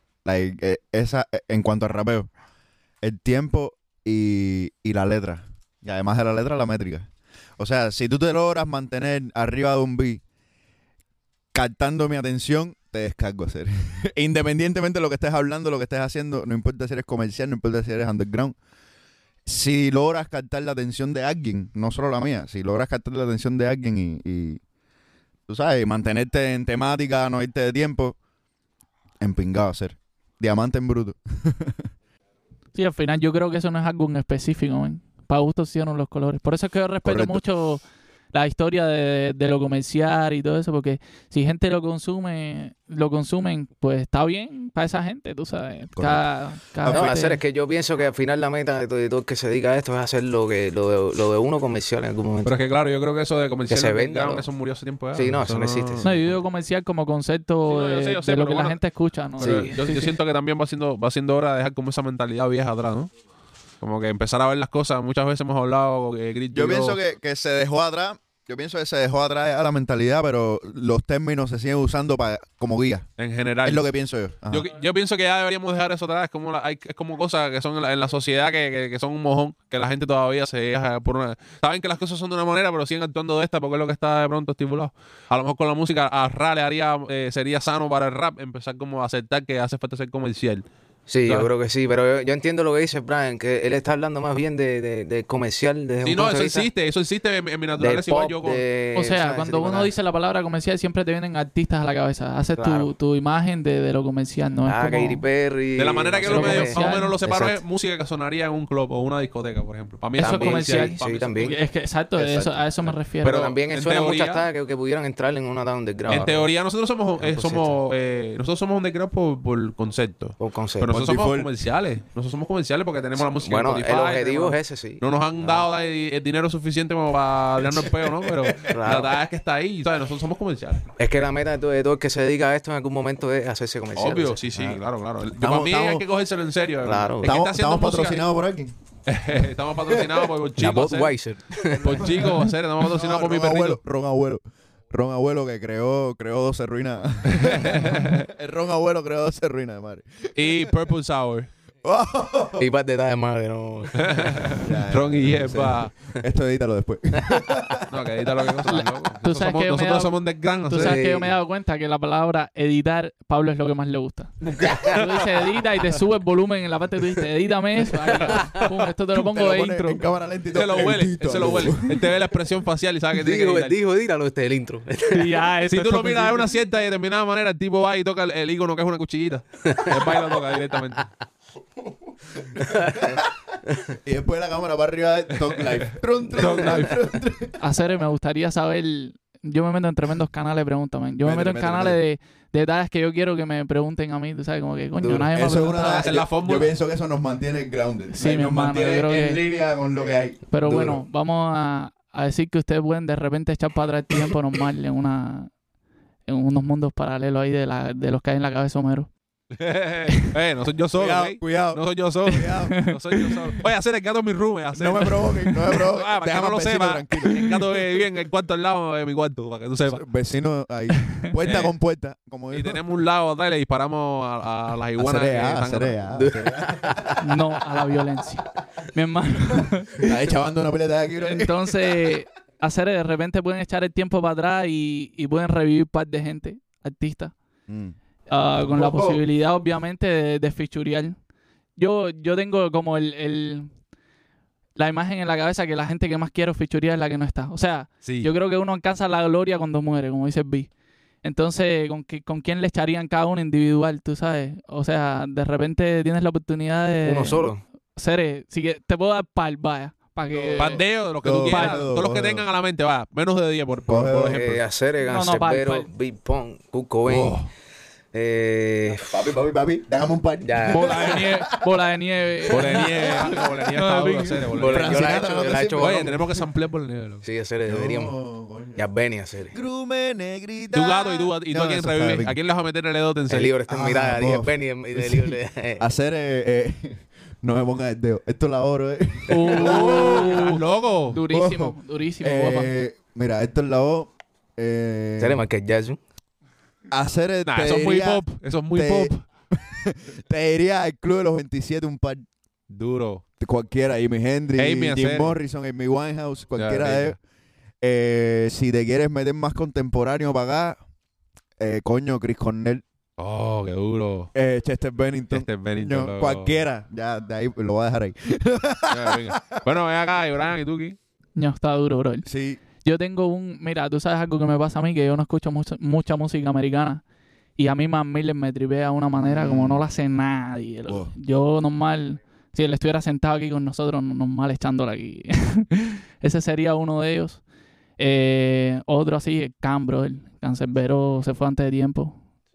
En cuanto al rapeo. El tiempo y la letra. Y además de la letra, la métrica. O sea, si tú te logras mantener arriba de un beat captando mi atención, te descargo, hacer. Independientemente de lo que estés hablando, lo que estés haciendo, no importa si eres comercial, no importa si eres underground. Si logras captar la atención de alguien, no solo la mía, si logras captar la atención de alguien y tú sabes, mantenerte en temática, no irte de tiempo, empingado, hacer. Diamante en bruto. Sí, al final yo creo que eso no es algo en específico, man. Para gustos sí o no los colores. Por eso es que yo respeto Correcto. mucho la historia de lo comercial y todo eso, porque si gente lo consumen, pues está bien para esa gente, tú sabes. Cada No, gente- hacer es que yo pienso que al final la meta de todo el que se dedica a esto es hacer lo de uno comercial en algún momento. Pero es que claro, yo creo que eso de comercial Que se venda, underground, ¿no? eso murió hace tiempo ya. Sí, no, eso no existe. No, yo digo comercial como concepto Sí, no, yo sé, yo sé, de lo pero que la bueno. gente escucha, ¿no? Pero Sí. yo siento que también va siendo hora de dejar como esa mentalidad vieja atrás, ¿no? Como que empezar a ver las cosas. Muchas veces hemos hablado que Grit Yo y pienso que se dejó atrás. Yo pienso que se dejó atrás a la mentalidad, pero los términos se siguen usando como guía. en general. Es lo que pienso yo. Ajá. Yo pienso que ya deberíamos dejar eso atrás. Es como cosas que son en la sociedad que son un mojón, que la gente todavía se deja por una... Saben que las cosas son de una manera, pero siguen actuando de esta porque es lo que está de pronto estipulado. A lo mejor con la música a rap sería sano para el rap empezar como a aceptar que hace falta ser comercial. Sí, Claro. yo creo que sí, pero yo entiendo lo que dice Brian, que él está hablando más bien de comercial desde Sí, un no, punto de vista eso existe en mi del naturaleza. Igual pop, yo con... O sea, ¿sabes? cuando Ese tipo uno de- dice la palabra comercial, siempre te vienen artistas a la cabeza. Haces Claro. tu imagen de lo comercial, ¿no? Es como... Katy Perry. De la manera que no lo sé, medio, comercial. más o menos lo separo es Exacto. música que sonaría en un club o una discoteca, por ejemplo. Para mí Eso es También, comercial. sí, Para mí eso es también. Es que, exacto, Exacto. a eso me refiero. Pero también en suena teoría- muchas tagas que pudieran entrar en una down underground. En teoría nosotros somos Entonces, underground por concepto. Por concepto. Pero nosotros Por somos default. comerciales. Nosotros somos comerciales porque tenemos la música Bueno, en el Spotify, objetivo tenemos- es ese, sí. No nos han dado el dinero suficiente como para darnos el peo, ¿no? Pero la Claro. verdad es que está ahí. ¿Sabes? Nosotros somos comerciales. Es que la meta de todo el que se dedica a esto en algún momento es hacerse comercial. Obvio, o sea, sí, claro. Para mí Estamos- hay que cogérselo en serio. Claro. Es que está haciendo Estamos música- patrocinados por alguien. Estamos patrocinados por La chicos. Budweiser. Por chicos, hacer, estamos patrocinados por mi perrito. Ron Abuelo que creó 12 ruinas. El Ron Abuelo creó 12 ruinas de madre. Y Purple Sour. Y para detalles más que no. Ron y hierba. Esto edítalo después. No, que edita lo que cosa, loco. Tú sabes que yo me he Nosotros dado- somos underground. Tú o sea, sabes que yo me he dado cuenta que la palabra editar, Pablo, es lo que más le gusta. Tú dices edita y te sube el volumen en la parte que tú dices, edítame eso. Ahí, pum, esto te lo pongo de pone intro. en cámara lenta y Él se todo. lo huele, él Edítalo. se lo huele. Él te ve la expresión facial y sabe que tiene que editar. Dijo, díralo el intro. Y ya, esto Si tú es lo miras de una cierta y determinada manera, el tipo va y toca el icono que es una cuchillita. El va y lo toca directamente. Y después la cámara para arriba de Talk Live. Hacer, me gustaría saber yo me meto en tremendos canales de preguntas, man. Yo me meto en canales de detalles que yo quiero que me pregunten a mí, tú sabes, como que coño, Duro. nadie me ha Eso es preguntado. una Esa es la fórmula. Yo pienso que eso nos mantiene grounded. Sí, mi nos hermano, mantiene yo creo en que- línea con lo que hay. Pero Duro. bueno, vamos a decir que ustedes pueden de repente echar para atrás el tiempo normal en unos mundos paralelos ahí de los que hay en la cabeza de Homero. No soy yo solo, Cuidado, ¿ok? cuidado. No soy yo solo. Cuidado. No soy yo solo. Voy a hacer el gato en mi room. No me provoquen, no me provoquen. Para que Déjame no lo al vecino sepa, tranquilo. el gato vive en el cuarto al lado de mi cuarto, para que tú sepas. Vecino ahí. Puerta con puerta, como Y digo. tenemos un lado atrás y le disparamos a las iguanas. que están atrás. No a la violencia. Mi hermano. Está ahí chavando una peleta de aquí, bro. Entonces, de repente pueden echar el tiempo para atrás y pueden revivir un par de gente, artistas, Mm. con la posibilidad, obviamente, de featurear. Yo tengo como la imagen en la cabeza que la gente que más quiero featurear es la que no está. O sea, Sí. yo creo que uno alcanza la gloria cuando muere, como dice B. Entonces, ¿con quién le echarían cada uno individual, tú sabes? O sea, de repente tienes la oportunidad de... Uno solo. Cere, si que te puedo dar vaya, para que... Pandeo, de los que No, tú quieras. no, Todos los que no. tengan a la mente, va. Menos de 10, por Coge, ejemplo. Hacer No, Canserbero, pal. Big Pong, Kurt Cobain. Oh. Papi, déjame un par. Ya. Bola de nieve. Bola de nieve. Bola de nieve está duro, hacer, bola de nieve. Yo la he hecho, yo la he hecho. Oye, tenemos que samplear por el nieve. loco. Sí, hacer deberíamos. Coño. Ya ven a hacer. Grume negrita. Tu gato y tú a quién eso está revives. bien. ¿A quién le vas a meter el dedo El tensor? libro está en mirada. Ah, Dije bof. Benny y del libro. Hacer, no me pongas el dedo. Esto es la oro, ¡Loco! Durísimo, durísimo, guapa. Mira, esto es la O. Seré Michael Jackson. Hacer, Nah, te eso es muy diría- pop. Eso es muy te- pop. Te diría el Club de los 27, un par. Duro. De cualquiera, Jimi Hendrix, Amy Jim Hacer. Morrison, Amy Winehouse, cualquiera Ya, de ellos. Si te quieres meter más contemporáneo para acá, coño, Chris Cornell, Oh, qué duro. Chester Bennington, Este es Benito. coño, cualquiera, ya de ahí lo voy a dejar ahí. Bueno, ven acá, Brian, ¿y tú aquí? No, está duro, bro. Sí, Yo tengo mira, tú sabes algo que me pasa a mí, que yo no escucho mucha música americana. Y a mí Mac Miller me tripea de una manera como no la hace nadie. Loco. Oh. Yo normal, si él estuviera sentado aquí con nosotros, normal echándola aquí. Ese sería uno de ellos. Otro así, Cam, bro. El Canserbero se fue antes de tiempo.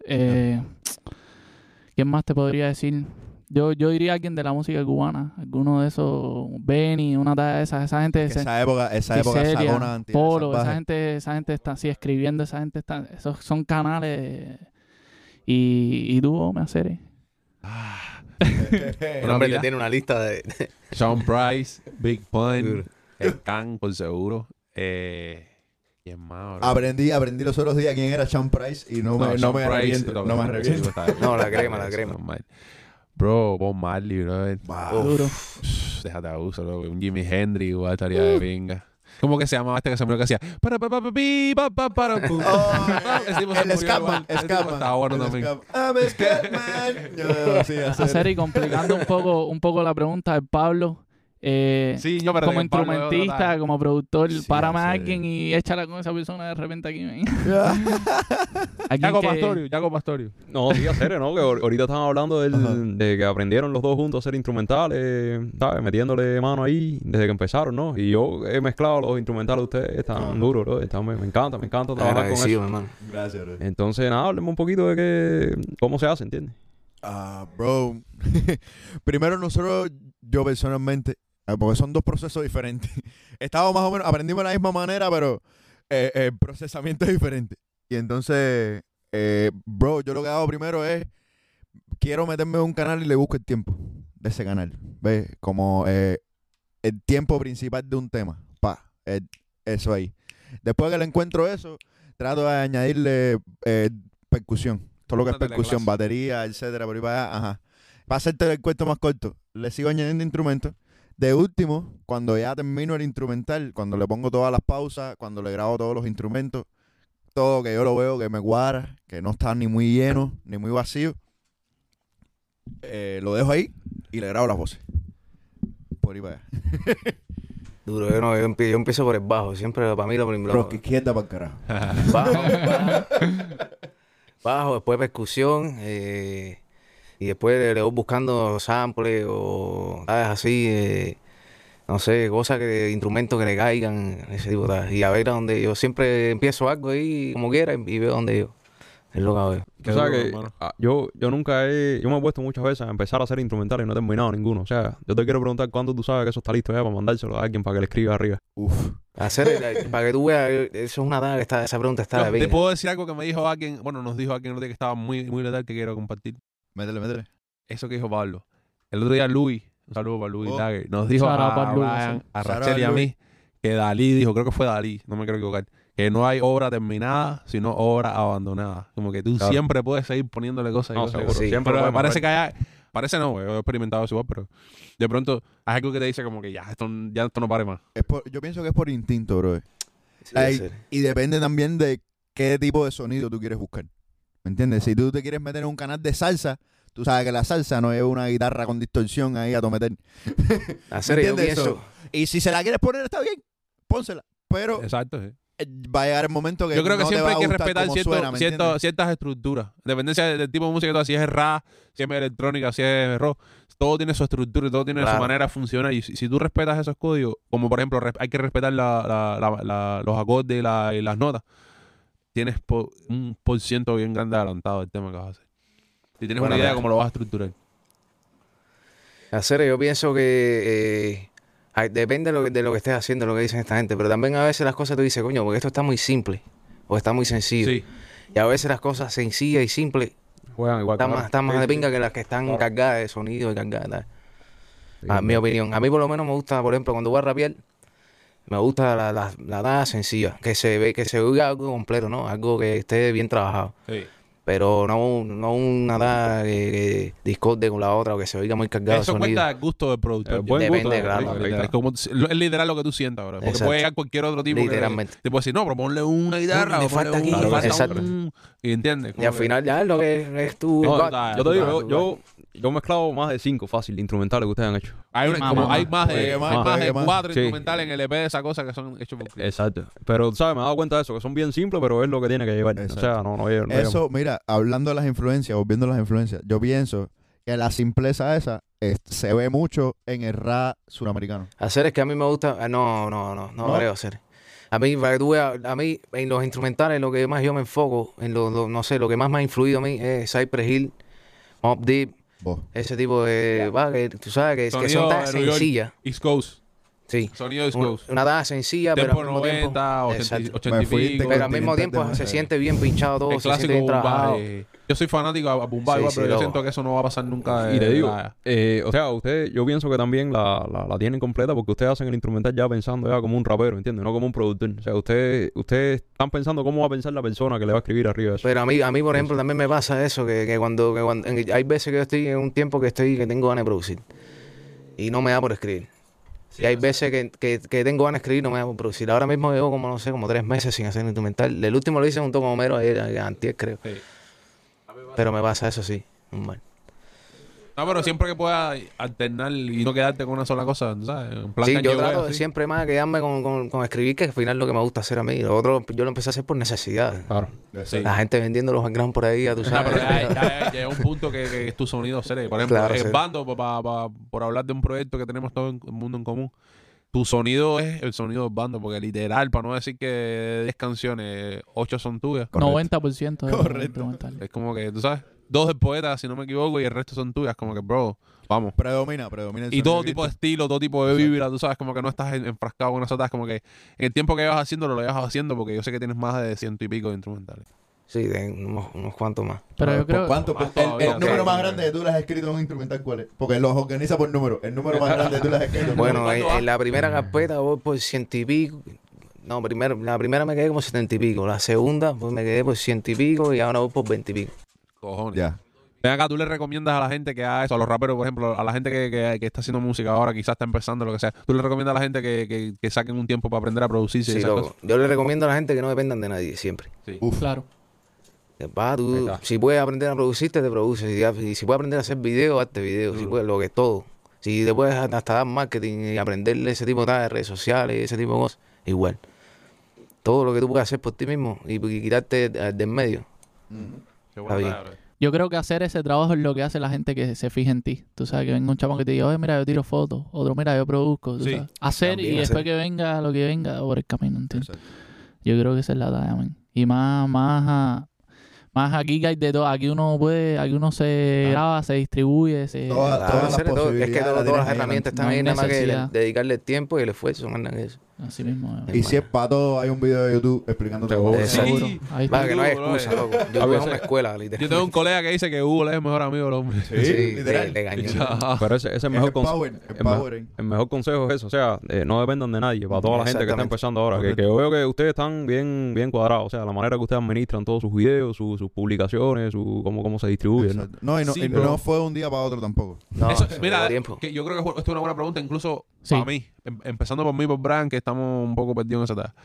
¿Quién más te podría decir? Yo diría alguien de la música cubana. Alguno de esos, Benny, una de esas. Esa gente... esa época Ciselia, sacó una cantidad Polo, salvaje. esa gente está así escribiendo, esa gente está... Esos son canales... Y dúo, me hacer. El hombre te tiene una lista de. Sean Price, Big Pun, Duro. el Kang, por seguro. ¿Quién más, bro? Aprendí los otros días quién era Sean Price y no me Sean Price, arrepiento. No me arrepiento. No, la crema, la crema. Bro, Bob Marley, bro. Wow. Duro. Déjate abuso, loco. Un Jimi Hendrix, igual estaría de pinga. ¿Cómo que se llamaba este que se murió que hacía? Ese tipo se El murió Scatman, igual. Ese tipo Estaba bueno el también. I'm a Scatman. Yo, sí, Hacer y complicando un poco la pregunta de Pablo. Sí, yo pero como de Pablo es instrumentista, otra. como productor, Sí, párame a hacer. alguien y échala con esa persona de repente aquí, ven. Alguien Jaco que- Pastorio, Jaco Pastorio. No, sí, a serio, ¿no? Que ahorita estaban hablando Ajá. de que aprendieron los dos juntos a hacer instrumentales, ¿sabes? Metiéndole mano ahí desde que empezaron, ¿no? Y yo he mezclado los instrumentales de ustedes, están duros, ¿no? Me encanta trabajar con Agradecido, eso. hermano. Gracias, bro. Entonces, nada, hábleme un poquito de cómo se hace, ¿entiendes? Bro. Primero nosotros, yo personalmente, porque son dos procesos diferentes. Estamos más o menos, aprendimos de la misma manera, pero el procesamiento es diferente. Y entonces, bro, yo lo que hago primero es, quiero meterme en un canal y le busco el tiempo de ese canal. ¿Ves? Como el tiempo principal de un tema. Eso ahí. Después que le encuentro eso, trato de añadirle percusión. Todo lo que es Una percusión, teleclase. batería, etcétera, por ahí para allá. Ajá. Para hacerte el cuento más corto, le sigo añadiendo instrumentos. De último, cuando ya termino el instrumental, cuando le pongo todas las pausas, cuando le grabo todos los instrumentos, todo que yo lo veo que me cuadra, que no está ni muy lleno, ni muy vacío, lo dejo ahí y le grabo las voces. Por ahí para allá. Duro, yo empiezo por el bajo. Siempre para mí lo primero. Rock izquierda para el carajo. Bajo, después percusión. Y después le voy buscando samples o ¿sabes? Así. no sé, cosas instrumentos que le caigan, ese tipo de cosas. Y a ver a dónde yo siempre empiezo algo ahí como quiera y veo dónde yo. Es lo que veo. Qué O sea duro, que hermano. yo nunca yo me he puesto muchas veces a empezar a hacer instrumentales y no he terminado ninguno. O sea, yo te quiero preguntar cuándo tú sabes que eso está listo ya para mandárselo a alguien para que le escriba arriba. Uf. Para que tú veas, eso es una daga, esa pregunta está de Te pinga. puedo decir algo que me dijo alguien, bueno, nos dijo alguien que estaba muy, muy letal que quiero compartir. Métele. Eso que dijo Pablo. El otro día Luis, un saludo para Luis Oh. Dagger, nos dijo Shout out a para Luis, Brian, sí. a Shout out Rachel y a Luis. mí que Dalí dijo, creo que fue Dalí, no me quiero equivocar, que no hay obra terminada, sino obra abandonada. Como que tú Claro. siempre puedes seguir poniéndole cosas y No, cosas. seguro. Sí. Siempre Pero lo me parece podemos que parece no, güey, he experimentado eso igual, pero de pronto hay algo que te dice como que ya esto no pare más. Yo pienso que es por instinto, bro. Sí, Ay, sí. y depende también de qué tipo de sonido tú quieres buscar. ¿Me entiendes? Si tú te quieres meter en un canal de salsa, tú sabes que la salsa no es una guitarra con distorsión ahí a tometer. Hacer, ¿Me yo entiendes pienso, eso? Y si se la quieres poner, está bien, pónsela. Pero Exacto, sí. va a llegar el momento que Yo creo que no te siempre va hay a que gustar respetar cómo suena, ¿me entiendes? ciertas estructuras. Dependencia del tipo de música que tú haces, si es rap, si es electrónica, si es rock, todo tiene su estructura y todo tiene su Claro. manera de funcionar. Y si tú respetas esos códigos, como por ejemplo, hay que respetar los acordes y las notas, tienes un por ciento bien grande adelantado del tema que vas a hacer. Si tienes Bueno, una idea de claro. cómo lo vas a estructurar. hacer, yo pienso que depende de lo que estés haciendo, lo que dicen esta gente, pero también a veces las cosas tú dices, coño, porque esto está muy simple o está muy sencillo. Sí. Y a veces las cosas sencillas y simples Juegan igual. están más Sí, de sí, pinga sí. que las que están Claro. cargadas de sonido y cargadas de tal. Sí, A mi opinión. A mí por lo menos me gusta, por ejemplo, cuando voy a rapear, me gusta la nada sencilla, que se oiga algo completo, ¿no? Algo que esté bien trabajado. Sí. Pero no una nada que discorde con la otra o que se oiga muy cargado de Eso sonido. cuenta el gusto del productor. Buen Depende, gusto, claro. ahí está. Es como, es literal lo que tú sientas ahora. Porque Exacto. puede llegar cualquier otro tipo Literalmente. te puede decir, no, pero ponle una guitarra. Le o ponle falta aquí, un- le falta exacto. Y entiendes. Y Como al que- final ya es lo que es tu... No, God, yo te digo, God. yo he mezclado más de 5 fácil instrumentales que ustedes han hecho. Hay, Mamá. hay más de, Oye, hay más de más. 4 Sí. instrumentales en el EP de esa cosa que son hechos por Chris. Exacto. Pero, ¿sabes? Me he dado cuenta de eso, que son bien simples, pero es lo que tiene que llevar. Exacto. O sea, no Eso, mira, hablando de las influencias, volviendo a las influencias, yo pienso que la simpleza esa se ve mucho en el rap suramericano. Hacer es que a mí me gusta... No ¿No? creo hacer. A mí, para que tú veas, a mí en los instrumentales lo que más yo me enfoco, no sé, lo que más me ha influido a mí es Cypress Hill, Mobb Deep, Vos. ese tipo de... que tú sabes que Sonido son tan de New York. sencillas. East Coast. Sí. Sonido East Coast. Una dada sencilla, pero Tempo al mismo tiempo... 90, 80, Exacto. 80 Me y fui pico. Pero al mismo tiempo Continental se de- siente bien pinchado todo, El se siente clásico bien trabajado. Bombay. Yo soy fanático a Bombay, Sí, igual, sí, pero yo loco. siento que eso no va a pasar nunca. Y te digo, nada. o sea, ustedes, yo pienso que también la tienen completa porque ustedes hacen el instrumental ya pensando ya como un rapero, ¿entiendes? No como un productor. O sea, ustedes están pensando cómo va a pensar la persona que le va a escribir arriba eso. Pero a mí por ejemplo, también me pasa eso, que cuando hay veces que yo estoy en un tiempo que tengo ganas de producir y no me da por escribir. Y hay veces que tengo ganas de escribir y no me da por producir. Ahora mismo llevo como 3 meses sin hacer instrumental. El último lo hice junto con Homero antier, creo. Sí. Pero me pasa eso sí, normal. No, pero siempre que puedas alternar y no quedarte con una sola cosa, ¿sabes? En plan Sí, Kanye yo West, trato así. siempre más de quedarme con escribir, que al final es lo que me gusta hacer a mí. Lo otro yo lo empecé a hacer por necesidad. Claro. Sí. La gente vendiendo los background por ahí, ya tú No, sabes. pero ya llega un punto que es tu sonido serio. Por ejemplo, Claro, en sí. Bando, por hablar de un proyecto que tenemos todo el mundo en común, tu sonido es el sonido del Bando, porque literal, para no decir que de 10 canciones, 8 son tuyas. Correcto. 90% de los Correcto. instrumentales. Es como que, tú sabes, 2 del poeta, si no me equivoco, y el resto son tuyas. Como que, bro, vamos. Predomina el Y todo sonido tipo de que- estilo, todo tipo de vibra, tú sabes, como que no estás enfrascado en una sola, como que en el tiempo que llevas haciéndolo, lo llevas haciendo, porque yo sé que tienes más de 100 y pico de instrumentales. Sí, de unos cuantos más. Pero yo ¿Por creo... cuánto? Más El todavía, número sí. más grande que tú le has escrito en un instrumental, ¿cuál es? Porque los organiza por número. El número más grande que tú le has escrito. Bueno, en la primera carpeta voy por 100 y pico. No, la primera me quedé como 70 y pico. La segunda, pues me quedé por 100 y pico y ahora voy por 20 y pico. Cojones. Ya. Ven acá, tú le recomiendas a la gente que haga eso, a los raperos, por ejemplo, a la gente que está haciendo música ahora, quizás está empezando, lo que sea. Tú le recomiendas a la gente que saquen un tiempo para aprender a producirse y Sí, esas loco. cosas. Yo le recomiendo a la gente que no dependan de nadie, siempre. Sí. Uf. Claro. Tú, Ahí está. si puedes aprender a producirte, te produces. Y si puedes aprender a hacer videos, hazte videos. Si puedes, lo que es todo. Si te puedes hasta dar marketing y aprenderle ese tipo de redes sociales, ese tipo de cosas, igual. Todo lo que tú puedes hacer por ti mismo y quitarte del medio. Qué Está bien. palabra. yo creo que hacer ese trabajo es lo que hace la gente que se fija en ti. Tú sabes, que venga un chamo que te diga, oye, mira, yo tiro fotos. Otro, mira, yo produzco. Tú Sí. sabes. Hacer También y después hacer. que venga lo que venga por el camino, ¿entiendes? Exacto. Yo creo que esa es la talla, man. Y más aquí que hay de todo. Aquí uno se graba, se distribuye, se... Todas Claro, las es que posibilidades las todas tienes las ahí, herramientas no están hay ahí, nada más que necesidad. dedicarle el tiempo y el esfuerzo, más nada que eso. Así mismo. Y si es para todo, hay un video de YouTube explicando todo. Seguro. Exacto. Seguro. Ahí está. Va, que no hay YouTube, excusa, loco. Yo A es veces- una escuela, Yo literalmente. tengo un colega que dice que Google es el mejor amigo del hombre. Sí, Sí, literal. le gañó. Pero ese es el Es mejor consejo. empowering. El mejor consejo es eso, o sea, no dependan de nadie, para toda la gente que está Exactamente. empezando ahora, que yo veo que ustedes están bien cuadrados, o sea, la manera que ustedes administran todos sus videos, sus publicaciones, cómo se distribuyen, ¿no? Exacto. No, y no, Sí, y pero- no fue un día para otro tampoco. No, Eso, eso mira, llevó tiempo. que yo creo que esto es una buena pregunta, incluso Sí. para mí, empezando por mí, por Brian, que estamos un poco perdidos en esa tarea.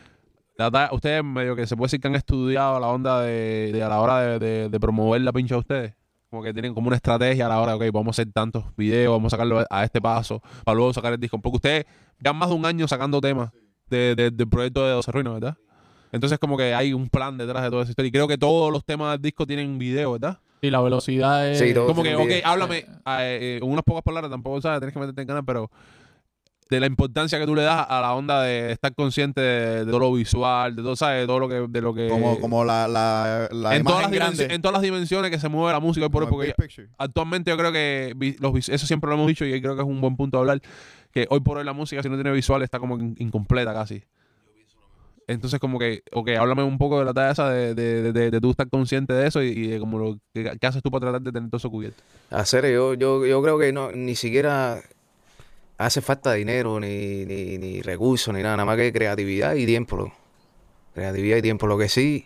Ustedes medio que se puede decir que han estudiado la onda a la hora de promover la pincha de ustedes. Como que tienen como una estrategia a la hora, ok, vamos a hacer tantos videos, vamos a sacarlo a este paso, para luego sacar el disco. Porque ustedes ya más de un año sacando temas del proyecto de 12 Ruinas, ¿verdad? Entonces como que hay un plan detrás de toda esa historia. Y creo que todos los temas del disco tienen video, ¿verdad? Y la velocidad es... Sí, todo. Como que, tiene un ok, video. háblame en unas pocas palabras, tampoco sabes, tienes que meterte en canal, pero de la importancia que tú le das a la onda de estar consciente de todo lo visual, de todo, ¿sabes? De todo de lo que... Como la en, todas imagen grande. en todas las dimensiones que se mueve la música hoy por hoy, como porque el big picture. actualmente yo creo que eso siempre lo hemos dicho y creo que es un buen punto de hablar, que hoy por hoy la música si no tiene visual está como incompleta casi. Entonces como que, ok, háblame un poco de la talla esa de tú estar consciente de eso y de como qué haces tú para tratar de tener todo eso cubierto. Hacer, yo creo que no, ni siquiera hace falta dinero, ni recursos, ni nada más que creatividad y tiempo, loco. Creatividad y tiempo. Lo que sí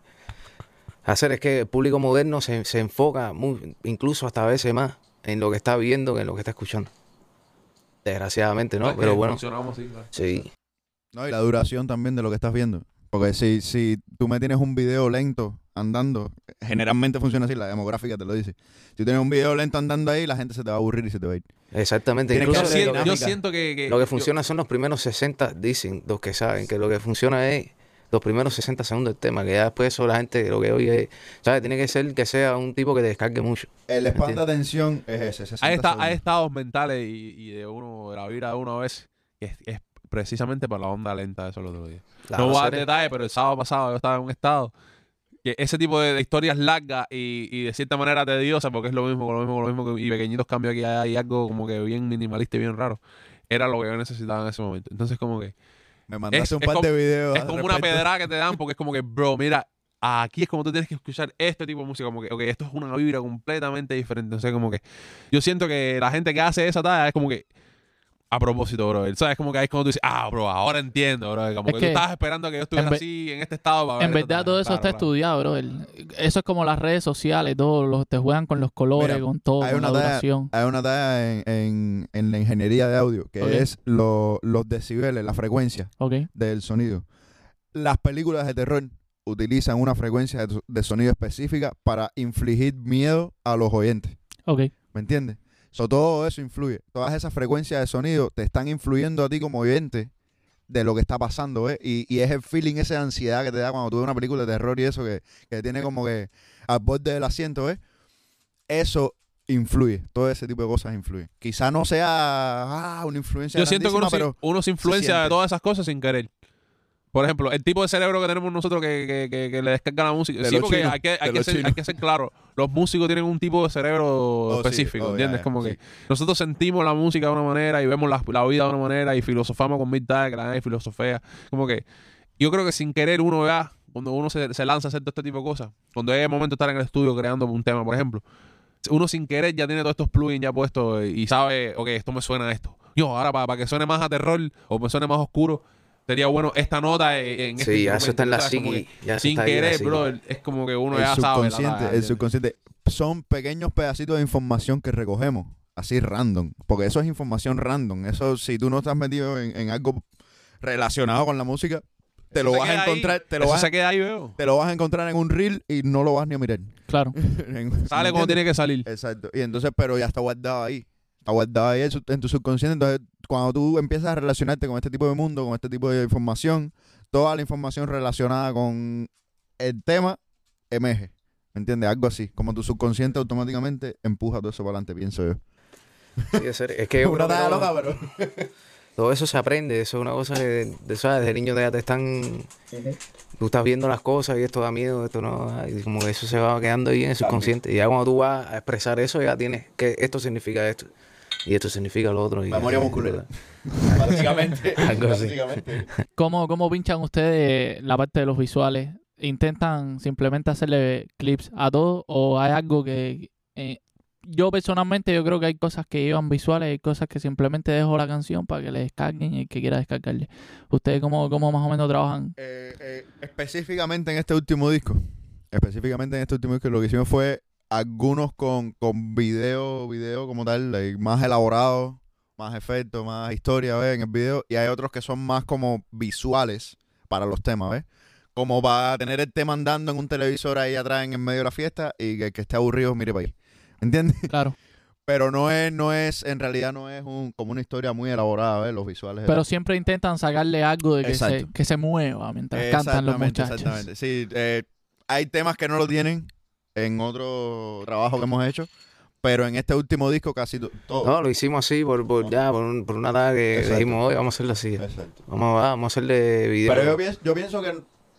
hacer es que el público moderno se enfoca incluso hasta a veces más en lo que está viendo que en lo que está escuchando. Desgraciadamente, ¿no? Pero bueno, Funcionamos, sí, claro. sí. No, y la duración también de lo que estás viendo. Porque si tú me tienes un video lento andando, generalmente funciona así, la demográfica te lo dice. Si tú tienes un video lento andando ahí, la gente se te va a aburrir y se te va a ir. Exactamente. Tiene que Incluso ser lo que- Yo siento que lo que funciona son los primeros 60, dicen los que saben, que lo que funciona es los primeros 60 segundos del tema, que ya después eso la gente lo que oye, ¿sabes? Tiene que ser que sea un tipo que te descargue mucho. El span de atención es ese, 60 hay segundos. estados mentales y de uno, de la vida de uno a veces, que es precisamente para la onda lenta, eso lo otro día. Claro, No voy a dar serio. detalles, pero el sábado pasado yo estaba en un estado que ese tipo de historias largas y de cierta manera tediosas, porque es lo mismo, y pequeñitos cambios aquí hay algo como que bien minimalista y bien raro, era lo que yo necesitaba en ese momento. Entonces como que Me mandaste un es par como- de videos. es al como una respecto. pedrada que te dan porque es como que, bro, mira, aquí es como tú tienes que escuchar este tipo de música, como que, ok, esto es una vibra completamente diferente. Entonces como que yo siento que la gente que hace esa talla es como que a propósito, bro. ¿Sabes? Como que ahí es como tú dices, bro, ahora entiendo, bro. Como Es que tú que estabas esperando que yo estuviera en ve- así, en este estado. Para En ver esta verdad talla. todo eso Claro, está claro. estudiado, bro. Eso es como las redes sociales, te juegan con los colores, Mira, con todo, hay con la una talla- duración. Hay una talla en la ingeniería de audio que Ok. es los decibeles, la frecuencia Ok, del sonido. Las películas de terror utilizan una frecuencia de sonido específica para infligir miedo a los oyentes. ok. ¿Me entiendes? Todo eso influye. Todas esas frecuencias de sonido te están influyendo a ti como oyente de lo que está pasando, ¿eh? Y es el feeling, esa ansiedad que te da cuando tú ves una película de terror y eso que tiene como que al borde del asiento, ¿eh? Eso influye. Todo ese tipo de cosas influyen. Quizá no sea una influencia Yo siento que grandísima, pero uno se influencia de siente. todas esas cosas sin querer. Por ejemplo, el tipo de cerebro que tenemos nosotros que le descarga la música. De Sí, los porque chinos, hay de los chinos. que ser claro. Los músicos tienen un tipo de cerebro sí. específico, Oh, ¿entiendes? ya, Como sí. que nosotros sentimos la música de una manera y vemos la vida de una manera y filosofamos con Big Time, que la gente filosofea. Como que yo creo que sin querer uno vea, cuando uno se lanza a hacer todo este tipo de cosas, cuando es el momento de estar en el estudio creando un tema, por ejemplo, uno sin querer ya tiene todos estos plugins ya puestos y sabe, ok, esto me suena a esto. Yo, ahora para que suene más a terror o me suene más oscuro, sería bueno esta nota en este Sí, ya eso está en la instrumento, ¿sabes? psiqui. Como que Ya eso sin está ahí en la querer, psiqui. bro, es como que uno el ya sabe. la subconsciente, talla, el ¿entiendes? subconsciente son pequeños pedacitos de información que recogemos, así random, porque eso es información random. Eso, si tú no estás metido en algo relacionado con la música, te Eso lo se vas queda a ahí, encontrar, eso se queda ahí, veo. te lo vas a encontrar en un reel y no lo vas ni a mirar. Claro. Sale como tiene que salir. Exacto. Y entonces, pero ya está guardado ahí. Está guardado ahí en tu subconsciente. Entonces, cuando tú empiezas a relacionarte con este tipo de mundo, con este tipo de información, toda la información relacionada con el tema emerge. ¿Me entiendes? Algo así. Como tu subconsciente automáticamente empuja todo eso para adelante, pienso yo. Sí, es que yo Una creo que talla no- loca, pero... todo eso se aprende. Eso es una cosa que, ¿sabes? Desde niño ya te están... Tú estás viendo las cosas y esto da miedo, esto no... Y como que eso se va quedando ahí en el subconsciente. Y ya cuando tú vas a expresar eso, ya tienes que esto significa esto. Y esto significa lo otro. Y Memoria muscular. Básicamente. Algo así. Básicamente. ¿Cómo pinchan ustedes la parte de los visuales? ¿Intentan simplemente hacerle clips a todo o hay algo que... yo personalmente yo creo que hay cosas que llevan visuales y hay cosas que simplemente dejo la canción para que le descarguen y el que quiera descargarle? ¿Ustedes cómo más o menos trabajan? Específicamente en este último disco. Lo que hicimos fue algunos con video como tal, like, más elaborado, más efectos, más historia, ¿ves? En el video. Y hay otros que son más como visuales para los temas, ¿ves? Como para tener el tema andando en un televisor ahí atrás en el medio de la fiesta y que el que esté aburrido mire para ahí. ¿Entiendes? Claro. Pero en realidad no es como una historia muy elaborada, ¿ves? Los visuales. Pero siempre intentan sacarle algo de Exacto. que se mueva mientras cantan los muchachos. Exactamente. Sí, hay temas que no lo tienen en otro trabajo que hemos hecho, pero en este último disco casi todo. No, lo hicimos así por una tarde que Exacto. dijimos, hoy vamos a hacerlo así. Exacto. Vamos a hacerle video. Pero yo pienso que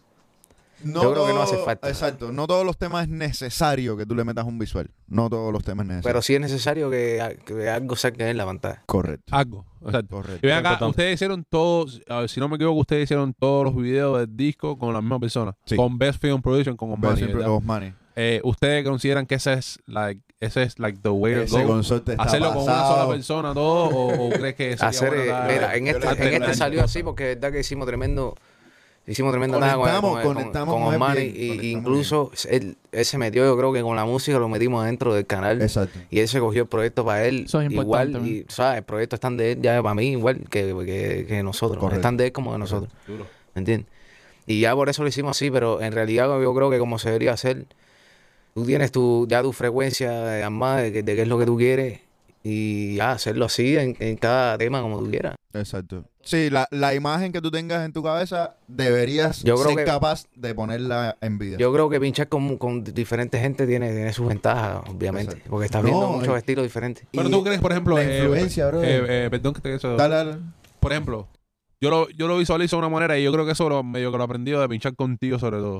no Yo creo que no todo- hace falta. Exacto. No todos los temas es necesario que tú le metas un visual. No todos los temas es necesario. Pero sí es necesario que algo salga en la pantalla. Correcto. Algo. Exacto. Correcto. Y ven acá, Importante. ustedes hicieron todos, a ver, si no me equivoco, ustedes hicieron todos los videos del disco con la misma persona. Sí. Con Best Film Production, con Osmani, ¿verdad? Osmani. ¿Ustedes consideran que ese es like the way to Ese go? consorte está ¿Hacerlo con una pasado. sola persona todo o crees que sería Hacer, bueno dar- mira, en yo le- este dar- salió así porque es verdad que hicimos tremenda nada Conectamos con muy Osmani. bien, Y conectamos incluso él se metió, yo creo que con la música lo metimos dentro del canal. Exacto. Y él se cogió el proyecto para él. Eso es igual, importante, y ¿sabes? El proyecto están de él ya para mí igual que nosotros. Correcto. Están de él como de nosotros. Duro. ¿Me entiendes? Y ya por eso lo hicimos así, pero en realidad yo creo que como se debería hacer, tú tienes tu frecuencia armada de qué es lo que tú quieres y ya hacerlo así en cada tema como tú quieras. Exacto. Sí, la imagen que tú tengas en tu cabeza deberías Yo creo ser que- capaz de ponerla en video. Yo creo que pinchar con diferente gente tiene sus ventajas, obviamente, Exacto. porque estás No, viendo muchos estilos diferentes. Pero Y tú crees, por ejemplo, la influencia, bro. perdón que te eso. Dale. Por ejemplo, yo lo visualizo de una manera y yo creo que eso medio que lo he aprendido de pinchar contigo sobre todo.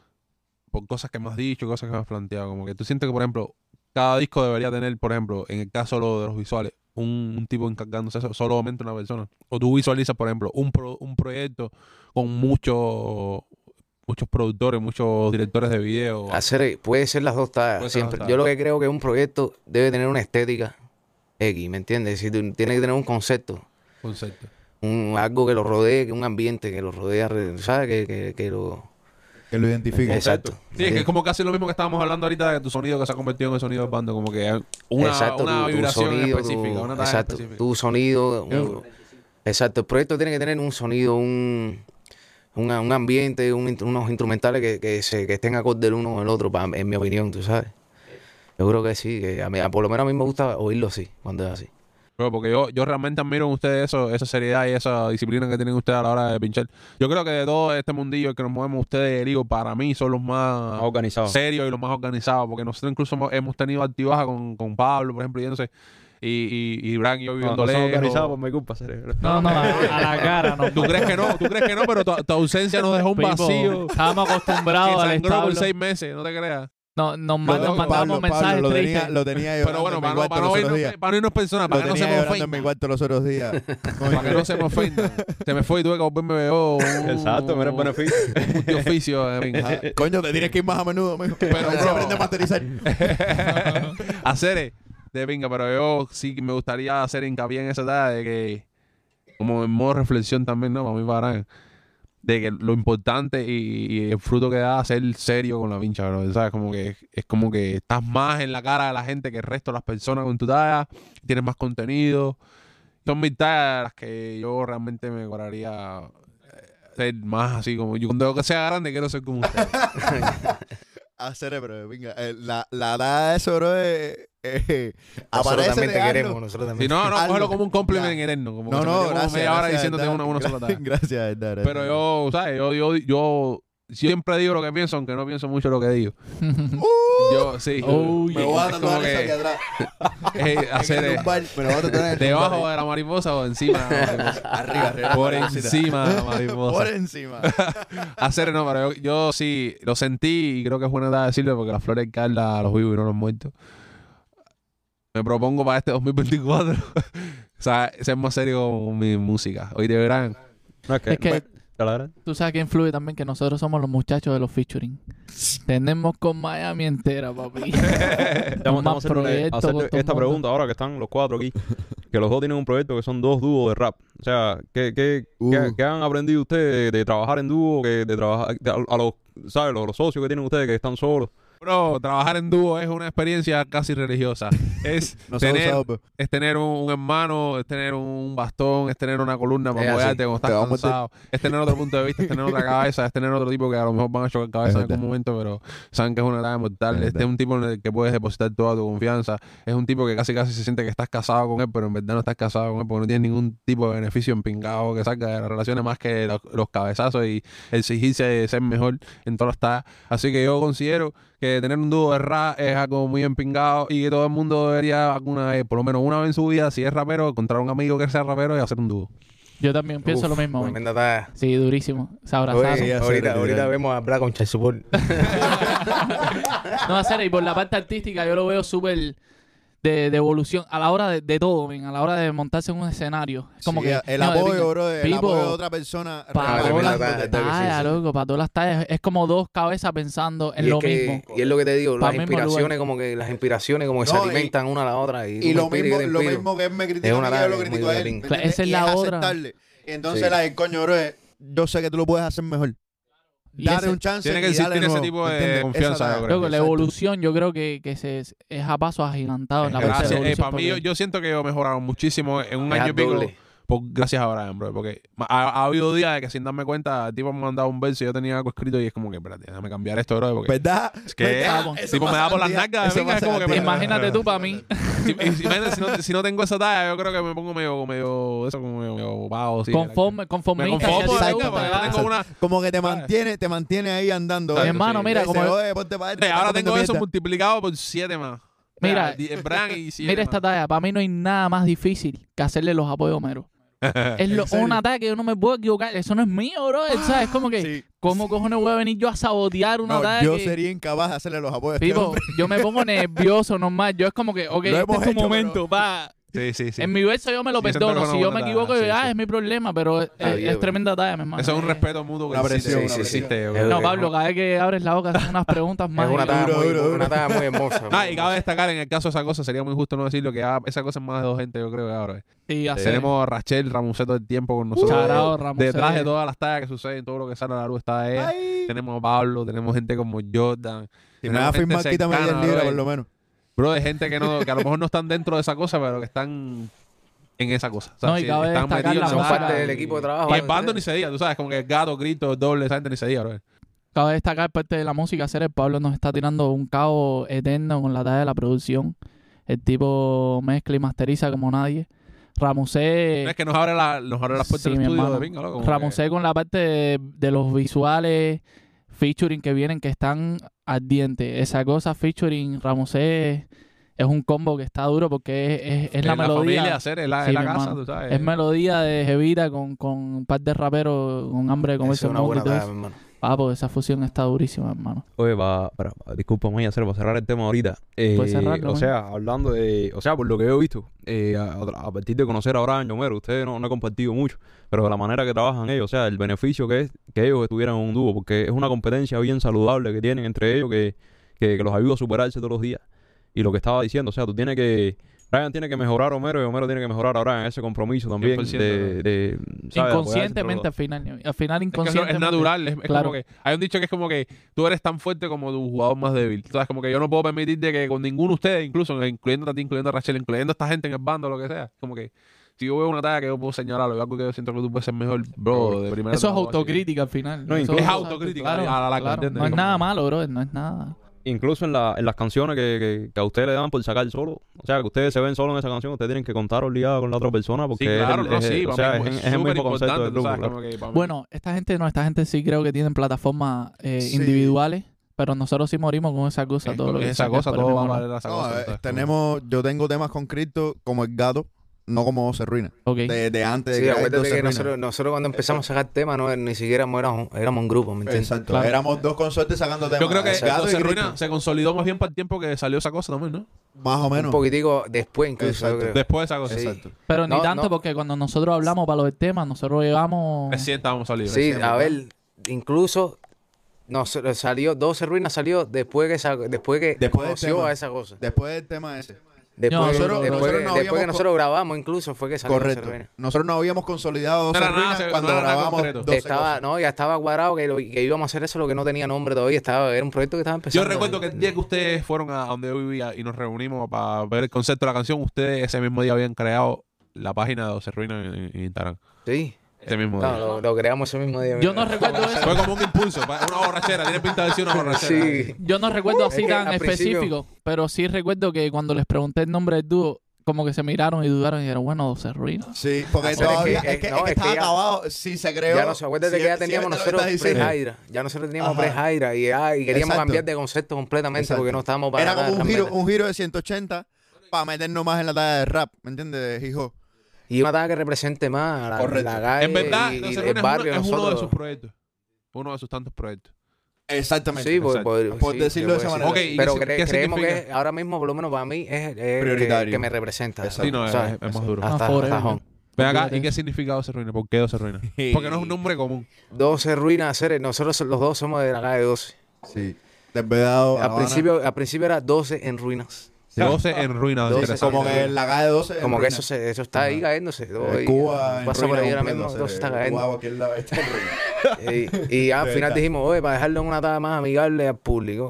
Por cosas que me has dicho, cosas que me has planteado. Como que tú sientes que, por ejemplo, cada disco debería tener, por ejemplo, en el caso de los visuales, un tipo encargándose de eso, solamente una persona. O tú visualizas, por ejemplo, un proyecto con muchos productores, muchos directores de video. Puede ser las dos Puede tareas ser siempre. las dos Yo lo que creo que un proyecto debe tener una estética X, ¿me entiendes? Si tiene que tener un concepto, Concepto. algo que lo rodee, un ambiente que lo rodea, ¿sabes? Que lo... Que lo identifique. Exacto. Sí, es que es como casi lo mismo que estábamos hablando ahorita de tu sonido que se ha convertido en el sonido del bando, como que una tu vibración sonido, específica, una talla exacto, específica. tu sonido. Exacto, el proyecto tiene que tener un sonido, un ambiente, unos instrumentales que estén acorde el uno con el otro, en mi opinión, tú sabes. Yo creo que sí, que por lo menos a mí me gusta oírlo así, cuando es así. Pero porque yo realmente admiro en ustedes esa seriedad y esa disciplina que tienen ustedes a la hora de pinchar. Yo creo que de todo este mundillo que nos movemos, ustedes, digo, para mí son los más Organizado. serios y los más organizados, porque nosotros incluso hemos tenido altibaja con Pablo, por ejemplo, yéndose, y Bran y yo viviendo No somos lejos. organizados por mi culpa, cerebro. No, a la cara, no. ¿Tú crees que no? Pero tu ausencia nos dejó un Pipo, vacío estábamos que acostumbrados al sangró por establo. 6 meses, no te creas. Nos Pablo, mandamos mensajes lo tristes. tenía, lo tenía Pero llorando bueno, en mi para cuarto no los otros irnos, días. para no irnos personas, Lo para que no tenía se me llorando en mi ofendan. cuarto los otros días. Para que no se me ofendan. Se me fue y tuve que volverme veo Exacto, mira el beneficio. un oficio. Coño, te tienes que ir más a menudo, mijo. Pero, A ver si bro. aprendes a masterizar. Hacer de pinga, pero yo sí me gustaría hacer hincapié en esa edad de que, como en modo reflexión también, ¿no? Para mí, para de que lo importante y el fruto que da ser serio con la pincha, bro. ¿Sabes? Como que es como que estás más en la cara de la gente que el resto de las personas con tu talla, tienes más contenido. Son mis tallas las que yo realmente me gustaría ser más así como yo. Cuando que sea grande quiero ser como usted. Hacer, pero venga, la edad de eso, bro, Nosotros aparece también te de algo. queremos, nosotros Si también. no, Algo. cógelo como un compliment Ya. eterno. Como No, que se no, metió como gracias. media hora gracias, diciéndote verdad. una sola talla. Gracias, verdad. Pero yo, ¿sabes? Yo siempre digo lo que pienso, aunque no pienso mucho lo que digo. Yo, sí. Me voy a es como tatuar eso aquí que atrás. hacer En un bar, me lo voy a tatuar en el debajo lumbar. de la mariposa o encima de la mariposa. Arriba. Por encima de la mariposa. Por encima. Hacer no, pero yo sí lo sentí y creo que es buena edad decirlo porque las flores caen a los vivos y no a los muertos. Me propongo para este 2024 o sea, ser más serio con mi música. Hoy de verán. No, Es que Claro. tú sabes que influye también que nosotros somos los muchachos de los featuring. Tenemos con Miami entera, papi. Estamos Más haciendo proyectos con todo el esta mundo. pregunta ahora que están los 4 aquí. Que los dos tienen un proyecto que son 2 dúos de rap. O sea, ¿qué han aprendido ustedes de trabajar en dúo? De trabajar a los, ¿sabes? Los socios que tienen ustedes que están solos. Bro, trabajar en dúo es una experiencia casi religiosa. Es tener un hermano, es tener un bastón, es tener una columna para Es así. apoyarte cuando Te estás vamos a meter- cansado, es tener otro punto de vista, es tener otra cabeza, es tener otro tipo que a lo mejor van a chocar cabeza en verdad. algún momento, pero saben que es una etapa mortal. Es Este verdad. es un tipo en el que puedes depositar toda tu confianza. Es un tipo que casi se siente que estás casado con él, pero en verdad no estás casado con él porque no tienes ningún tipo de beneficio empingado que salga de las relaciones más que los cabezazos y exigirse de ser mejor en todas las tareas. Así que yo considero que tener un dúo de rap es algo muy empingado y que todo el mundo debería alguna vez, por lo menos una vez en su vida, si es rapero, encontrar un amigo que sea rapero y hacer un dúo. Yo también pienso lo mismo. güey. Tremenda talla. Sí, durísimo. Se abrazaron. Oye, ahorita vemos a Bra con Chelsupol. No, hacer y por la parte artística yo lo veo súper de evolución a la hora de todo, men, a la hora de montarse en un escenario. Es como que el no, de apoyo, pinga. bro, el Pipo, apoyo de otra persona. para Ah, todas tremenda las talla, tallas, sí, sí. loco, para todas las tallas. Es como dos cabezas pensando en Y es lo que- mismo. Y es lo que te digo, Pa' las mismo inspiraciones lugar. como que se No, alimentan una a la otra. Y, Y tú lo me inspiras y yo te mismo inspiro. que él me critica Es a una mí, yo talla lo muy critico a él. bien. ¿me Claro, entiendes? esa es Y la otra. aceptarle. Y entonces Sí. la del coño, bro, yo sé que tú lo puedes hacer mejor. Y Dale ese- un chance Tiene que y existir dale ese nuevo, tipo ¿me de entiendes? confianza, Esa yo talla. creo. Luego, la Exacto. evolución yo creo que es a pasos agigantados en la parte de Gracias. evolución. Para mí, porque- yo siento que he mejorado muchísimo en un Es año y pico. doble. Gracias a Brian, bro. Porque ha habido días de que sin darme cuenta, el tipo me mandaba un verso y yo tenía algo escrito y es como que, espérate, déjame cambiar esto, bro. Porque ¿Verdad? es que ¿Verdad? el Eso tipo me pasa da por las cantidad. nalgas, Eso venga, es pasa como que cantidad. Imagínate tú para mí. si no tengo esa talla, yo creo que me pongo medio eso, como medio vago. Sí, Conformista. me conformo, si a ti te venga, gusta, porque ¿verdad? no tengo una. Como que te mantiene ahí andando. Exacto, hermano, sí. mira, Dice, como... "Oye, ponte para adelante, Ahora estás tengo comiendo eso mierda". multiplicado por 7 más. Mira, Brian y 7 Mira esta talla. Para mí no hay nada más difícil que hacerle los apoyos a Homero. Es una talla que yo no me puedo equivocar. Eso no es mío, bro. ¿Sabes? Es como que, Sí. ¿cómo cojones voy a venir yo a sabotear una No, talla yo que... sería incapaz de hacerle los apoyos a este Tipo, hombre. yo me pongo nervioso normal. Yo es como que, ok, Lo este hemos es tu hecho, momento, pa. Sí, sí, sí. En mi verso yo me lo Sí, siento perdono. que es Si una yo me buena equivoco, talla, yo, sí, sí. es mi problema, pero es Diego. tremenda talla, mi hermano. Eso es un respeto mutuo que Una presión, existe. una existe, yo presión. creo. No, Pablo, cada vez que abres la boca son unas preguntas más. Es una y- talla Duro, muy, duro, duro. una talla muy hermosa. Y cabe destacar en el caso de esa cosa, sería muy justo no decirlo que esa cosa es más de 2 gente, yo creo que ahora. Sí, así. Tenemos a Rachel Ramusé todo el tiempo con nosotros. Charao, Ramusé. Detrás de todas las tallas que suceden, todo lo que sale a la luz está ella. Ay. Tenemos a Pablo, tenemos gente como Jordan. Si me vas a tenemos firmar, gente quítame 10 cercana, libras bro. por lo menos. Bro, de gente que a lo mejor no están dentro de esa cosa, pero que están en esa cosa. O sea, No, y sí, cabe están destacar metidos la en Son música. parte del equipo de trabajo. Y el bando ni se diga, tú sabes, como que el gato, grito, el doble, esa gente ni se diga, bro. Cabe destacar parte de la música, hacer el Pablo nos está tirando un cabo eterno con la talla de la producción. El tipo mezcla y masteriza como nadie. Ramusé, No es que nos abre las puertas Sí, del mi estudio hermano. de pinga, loco. como Ramusé con la parte de los visuales featuring que vienen que están ardientes. Esa cosa featuring Ramusé es un combo que está duro porque es la melodía. familia hacer, es la Sí, mi casa, hermano. tú sabes. Es melodía de Jevita con un par de raperos con hambre de Esa comerse es el una mundo y buena todo talla, eso. mi hermano. Pues esa fusión está durísima, hermano. Oye, discúlpame, hacer para cerrar el tema ahorita. Puedes cerrarlo, o sea, hablando de... O sea, por lo que he visto, a partir de conocer a Brian y Homero, ustedes no he compartido mucho, pero de la manera que trabajan ellos, o sea, el beneficio que es que ellos estuvieran en un dúo, porque es una competencia bien saludable que tienen entre ellos que los ayuda a superarse todos los días. Y lo que estaba diciendo, o sea, Brian tiene que mejorar a Homero y Homero tiene que mejorar a Brian. Ese compromiso también 100%, de ¿sabes? Inconscientemente al final Es que eso inconscientemente. es natural, es Claro. como que hay un dicho que es como que tú eres tan fuerte como tu jugador más débil. Entonces, como que yo no puedo permitirte que con ninguno de ustedes, incluso incluyendo a ti, incluyendo a Rachel, incluyendo a esta gente en el bando, lo que sea, como que si yo veo una talla que yo puedo señalarlo, algo que yo siento que tú puedes ser mejor, bro, de primera. Eso es trabajo, así. autocrítica al final. No, Eso es autocrítica, claro, a la claro. ¿entiendes? No es Como- nada malo, bro. No es nada. incluso en las canciones que a ustedes le dan por sacar solo, o sea, que ustedes se ven solo en esa canción, ustedes tienen que contar obligado con la otra persona porque Sí, claro, es, no, el- sí, o para sea, mí es el mismo concepto del tú grupo. sabes, Claro. como que para mí- Bueno, esta gente sí creo que tienen plataformas Sí. individuales, pero nosotros sí morimos con esa cosa. Todo lo que esa saques cosa, por el todo va a mismo valer esa No, cosa. entonces, yo tengo temas con Cristo como el gato, no como 12 ruinas. Ok. De antes de Sí, que acuérdate que nosotros cuando empezamos a sacar temas, no, ni siquiera éramos un grupo, ¿me entiendes? Exacto. Claro. Éramos dos consortes sacando temas. Yo creo que el gato y 12 Cristo. Ruinas se consolidó más bien para el tiempo que salió esa cosa también, ¿no? Más o Un menos. poquitico después incluso, Exacto. yo creo. Después de esa cosa. Sí. Exacto. Pero ni No, tanto, no. porque cuando nosotros hablamos para los temas, nosotros llevamos... Recién estábamos salidos. Sí, a ver, incluso salió, 12 Ruinas salió después que Después del conoció tema. a esa cosa. Después del tema ese. Después, No, después, nosotros no después habíamos que nosotros grabamos incluso fue que salió 12 Correcto. Ruinas. Nosotros no habíamos consolidado 12 No era nada, ruinas cuando no era nada grabamos concreto. 12 Estaba, cosas. no, ya estaba cuadrado que íbamos a hacer eso, lo que no tenía nombre todavía, era un proyecto que estaba empezando. Yo recuerdo que el día que ustedes fueron a donde yo vivía y nos reunimos para ver el concepto de la canción, ustedes ese mismo día habían creado la página de 12 Ruinas en Instagram. Sí. Ese mismo día. No, lo creamos ese mismo día. Yo no recuerdo eso. Fue como un impulso, una borrachera. Tiene pinta de decir una borrachera. Sí. Yo no recuerdo así Es que tan al principio- específico, pero sí recuerdo que cuando les pregunté el nombre del dúo, como que se miraron y dudaron y dijeron, bueno, 12 Ruinas. Sí, porque Pero todavía es que- es que no, es que estaba ya- acabado. Sí, se creó. Ya no se acuerda de Sí, que ya sí, teníamos es lo que nosotros estás diciendo. pre-Jaira. Ya nosotros teníamos Ajá. pre-Jaira y queríamos Exacto. cambiar de concepto completamente Exacto. porque no estábamos para Era nada como de rap metal. un giro de 180 para meternos más en la talla de rap. ¿Me entiendes, hijo? Y una talla que represente más a Correcto. la calle En verdad, y 12 el Ruinas barrio. es uno de nosotros. sus proyectos. Uno de sus tantos proyectos. Exactamente. Sí, Exacto. Por decirlo de esa manera. Ok, ¿y pero qué creemos significa? que ahora mismo, por lo menos para mí, es Prioritario. que me representa. Exacto. Sí, no, ¿sabes? es más duro. Hasta, Ah, forever. hasta home. Ven acá, Olvídate ¿y qué eso. significa 12 Ruinas? ¿Por qué 12 Ruinas? Porque no es un nombre común. 12 ruinas, seres. Nosotros los dos somos de la calle 12. Sí. Desvedado. Al principio era 12 en ruinas. 12 en ruinas. 12 interesante. Como que en la calle 12. en Como que ruinas. eso está ahí cayéndose. todo ahí. Cuba. en Pasa por ruinas ahí ahora completo, mismo, todo se está Cuba, cayendo. cualquier lado está en ruinas. Y al De final verdad. dijimos, oye, para dejarlo en una talla más amigable al público,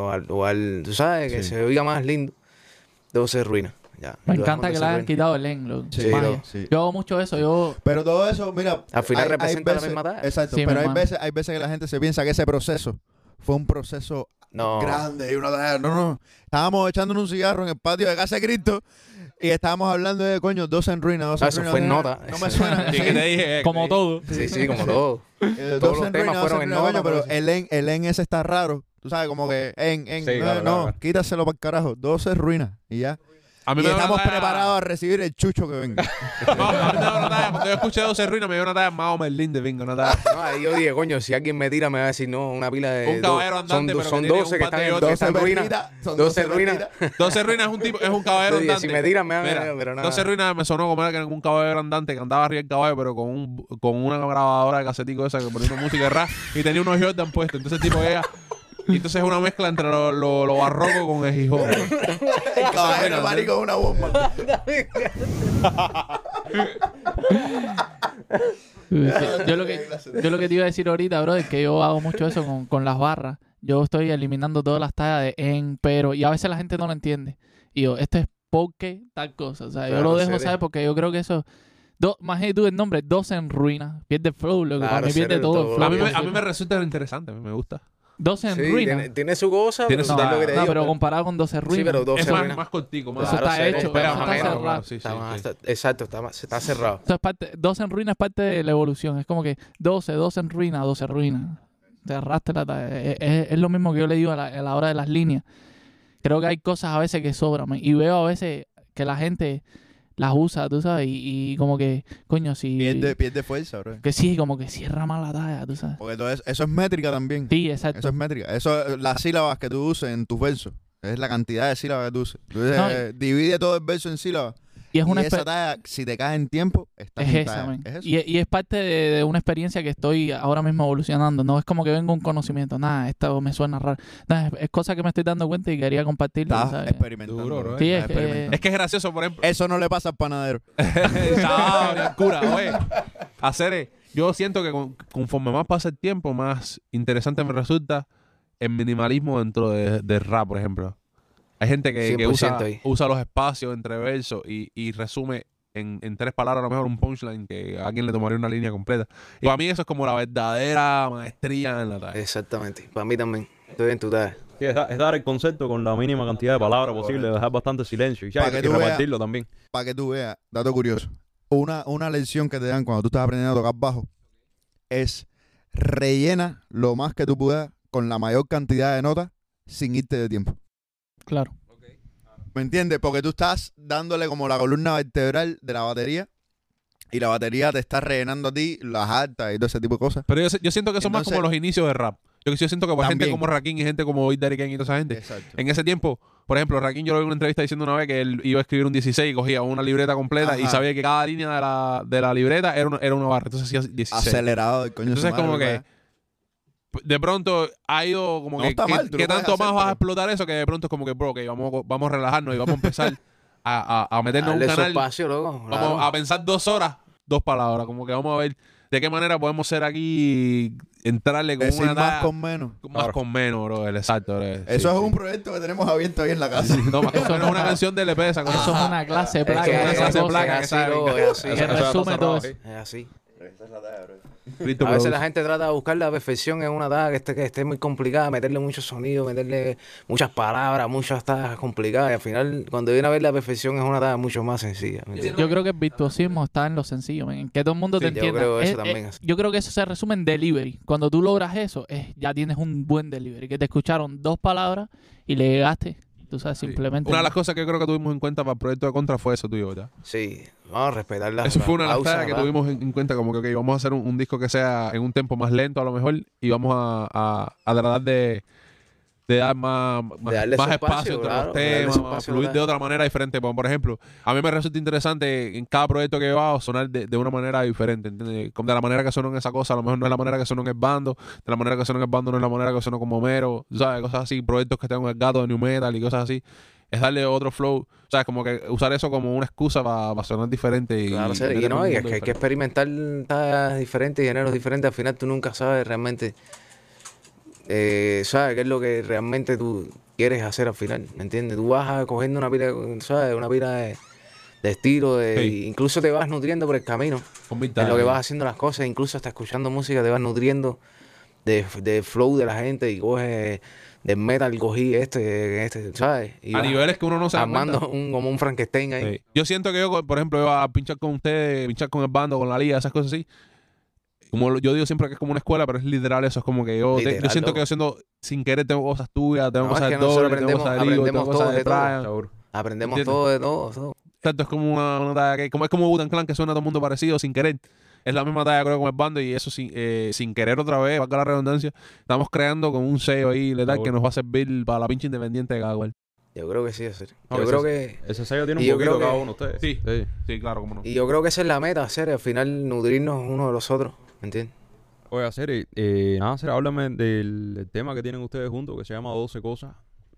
tú sabes, que Sí. se oiga más lindo, 12 ruinas. Ya, Me lo encanta dejamos que le 12 hayan ruinas. quitado el en, loco. Sí, Magia. sí. Yo hago mucho eso, yo... Pero todo eso, mira. Al final hay representa la veces- misma talla. Exacto. Sí, pero mi hermano. hay veces que la gente se piensa que ese proceso fue un proceso No. grande y uno no. Estábamos echándonos un cigarro en el patio de Casa de Cristo y estábamos hablando de coño, 12 en ruinas, 12 Ah, en eso ruinas. fue en nota. No me suena. Sí, que te dije. Como todo. Sí, como todo. 12 Todos los en temas ruinas, 12 fueron en en ruinas, nota, coño, pero pero el en ese está raro. Tú sabes, como que Sí, claro, no, claro. quítaselo para el carajo. 12 ruinas y ya. A mí Y me dio una estamos talla- preparados a recibir el chucho que venga. No, a mí me dio una talla. Cuando yo escuché 12 Ruinas, me dio una talla más o Merlín de bingo. Una talla. No, ahí yo dije, coño, si alguien me tira me va a decir, no, una pila de... Un caballero andante, pero son que tiene 12 un que están bate en, de que 12 están en ruinas. perritas, son 12 12 ruinas. perritas. 12 Ruinas es un caballero Yo dije, andante. si me tiran me van Mira, a... Pero nada. 12 Ruinas me sonó como era un caballero andante que andaba arriba del caballo, pero con una grabadora de casetico esa que ponía música de rap y tenía unos Jordan puestos. Entonces, tipo, ella. Y entonces es una mezcla entre lo barroco con el hip hop. El caballero marico es una bomba. Yo lo que te iba a decir ahorita, bro, es que yo hago mucho eso con las barras. Yo estoy eliminando todas las tallas de en, pero, y a veces la gente no lo entiende. Y yo, esto es porque tal cosa. O sea, yo Claro, lo dejo, serio. ¿sabes? Porque yo creo que eso... Más tú el nombre, 12 en ruina. Pierde flow, loco. Claro, Para mí pierde serio, todo el todo. flow. A mí me resulta interesante, me gusta. 12 en Sí, ruina. tiene su cosa, Tiene pero su- es lo que te No, digo, pero comparado con 12 ruinas. Sí, pero 12 Es ruinas. más cortico, más. Eso está serio, hecho, espera, eso más está o menos, cerrado. claro, sí, Está sí, más- sí. Exacto, está cerrado. Eso es parte, 12 en ruina es parte de la evolución. Es como que 12 en ruina, 12 ruinas. Te arrastra la talla. Es lo mismo que yo le digo a la hora de las líneas. Creo que hay cosas a veces que sobran. Y veo a veces que la gente las usa, tú sabes, y como que, coño, si... Pierde fuerza, bro. Que sí, como que cierra mal la talla, tú sabes. Porque todo eso es métrica también. Sí, exacto. Eso es métrica. Eso, las sílabas que tú uses en tus versos. Es la cantidad de sílabas que tú uses. Tú dices, No, divide todo el verso en sílabas. Y es una y esa exper- talla, si te cae en tiempo, estás Es en esa, talla. man. Es eso. Y es parte de una experiencia que estoy ahora mismo evolucionando. No es como que vengo un conocimiento. Nada, esto me suena raro. Nada, es cosa que me estoy dando cuenta y quería compartirlo, Estás ¿sabes? experimentando. Duro, bro. Sí, Estás es que- experimentando. Es que es gracioso, por ejemplo. Eso no le pasa al panadero. Chao, cura, oye. Hacer, yo siento que conforme más pasa el tiempo, más interesante me resulta el minimalismo dentro de rap, por ejemplo. Hay gente que 100% ahí. usa los espacios entre versos y resume en 3 palabras a lo mejor un punchline que a alguien le tomaría una línea completa. Y para mí eso es como la verdadera maestría en la talla. Exactamente. Para mí también. Estoy en tu talla. Sí, es dar el concepto con la mínima cantidad de palabras posible, dejar bastante silencio y, Para que y tú veas- repartirlo también. Para que tú veas, dato curioso. Una lección que te dan cuando tú estás aprendiendo a tocar bajo es rellena lo más que tú puedas con la mayor cantidad de notas sin irte de tiempo. Claro. ¿Me entiendes? Porque tú estás dándole como la columna vertebral de la batería y la batería te está rellenando a ti las altas y todo ese tipo de cosas. Pero yo siento que son más Entonces- como los inicios de rap. Yo siento que para gente También. como Rakim y gente como Big Daddy Kane y toda esa gente, Exacto. en ese tiempo, por ejemplo, Rakim yo lo vi en una entrevista diciendo una vez que él iba a escribir un 16 y cogía una libreta completa y Ajá. sabía que cada línea de la libreta era una barra. Entonces hacía 16. Acelerado el coño de su Entonces como madre, que de pronto ha ido como No que está mal, tú ¿qué lo puedes tanto más hacer, vas a pero- explotar eso? Que de pronto es como que, bro, que vamos a relajarnos y vamos a empezar a meternos en Darle un su canal. espacio, loco. Vamos claro. a pensar 2 horas, 2 palabras. Como que vamos a ver de qué manera podemos ser aquí, entrarle con Decir una más talla con menos. más con menos, bro. Exacto, bro. Eso Sí, es sí. un proyecto que tenemos abierto ahí en la casa. No, más con menos es una canción de LP esa cosa. Eso es una clase de Es placa. que una es clase de así, placa es que así, sabe. loco, es así. Que resume todo eso. Es así. Cristo A veces produce. la gente trata de buscar la perfección en una tarea que esté muy complicada, meterle mucho sonido, meterle muchas palabras, muchas tareas complicadas. Y al final, cuando viene a ver la perfección, es una tarea mucho más sencilla. ¿me entiendes? Yo creo que el virtuosismo está en lo sencillo, men, en que todo el mundo te Sí, yo entienda. creo eso también. Yo creo que eso se resume en delivery. Cuando tú logras eso, ya tienes un buen delivery. Que te escucharon 2 palabras y le llegaste. Tú sabes, Sí. simplemente. Una de las cosas que yo creo que tuvimos en cuenta para el proyecto de Contra fue eso tuyo, ¿verdad? Sí, vamos a respetar la Eso fue una de las pausa, tareas que ¿verdad? tuvimos en cuenta, como que ok, vamos a hacer un disco que sea en un tempo más lento a lo mejor y vamos a tratar de dar más darle su espacio espacio, entre claro, los de darle temas, su espacio, fluir ¿verdad? de otra manera diferente. Por ejemplo, a mí me resulta interesante en cada proyecto que he llevado sonar de una manera diferente, ¿entiendes? Como de la manera que sonó en esa cosa, a lo mejor no es la manera que sonó en el bando, de la manera que sonó en el bando no es la manera que sonó con Homero, ¿sabes? Cosas así, proyectos que tengo en el gato de New Metal y cosas así. Es darle otro flow, ¿sabes? Como que usar eso como una excusa para sonar diferente. Claro, sí, y meterle no, un y es mundo que hay que diferente. experimentar tareas diferentes, géneros diferentes. Al final tú nunca sabes realmente, ¿sabes? ¿Qué es lo que realmente tú quieres hacer al final? ¿Me entiendes? Tú vas cogiendo una pila, ¿sabes? Una pila de estilo, Sí. incluso te vas nutriendo por el camino. Con Big En lo que Daddy. vas haciendo las cosas, incluso hasta escuchando música, te vas nutriendo de flow de la gente y coges del metal, cogí ¿sabes? Y A vas niveles que uno no se da cuenta. armando como un Frankenstein ahí. Sí. Yo siento que yo, por ejemplo, iba a pinchar con ustedes, pinchar con el bando, con la liga, esas cosas así. Como yo digo siempre que es como una escuela, pero es literal eso. Es como que yo Literal, siento loco. que yo siendo sin querer tengo cosas tuyas, tengo No, cosas es de que nosotros doble, tengo cosas de Rigo, tengo aprendemos cosas todos de de todo. Brian. Aprendemos ¿Entiendes? todo de todo. Exacto, es como una talla que como es como Wu-Tang Clan que suena a todo el mundo parecido sin querer. Es la misma talla creo con el bando y eso sin querer otra vez, valga la redundancia, estamos creando con un sello ahí letal que nos va a servir para la pinche independiente de cada cual. Yo creo que sí, es serio. No, Yo ese creo que... Ese sello tiene Y un yo poquito creo cada que- uno de ustedes. Sí. Sí, claro, cómo no. Y yo creo que esa es la meta, hacer, al final nutrirnos uno de los otros, ¿me entiendes? Oye, Acere, háblame del tema que tienen ustedes juntos, que se llama 12 cosas.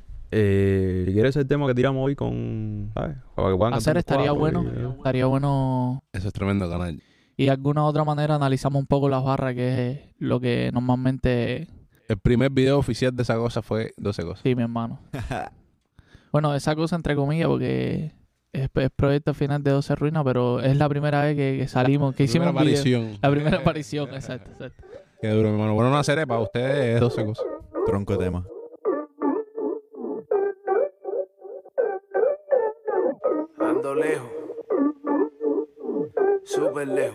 Si quieres el tema que tiramos hoy con, ¿sabes? Para que puedan Hacer cantar estaría los cuatro bueno. Estaría bueno. Eso es tremendo canal. Y de alguna otra manera analizamos un poco las barras, que es lo que normalmente. El primer video oficial de esa cosa fue 12 cosas. Sí, mi hermano. Bueno, esa cosa entre comillas, porque es proyecto final de 12 Ruinas, pero es la primera vez que salimos, que hicimos Primera un video. aparición. La primera aparición, exacto. Qué duro, mi hermano. Bueno, una serie para ustedes es 12 cosas. Tronco de tema. Ando lejos. Súper lejos.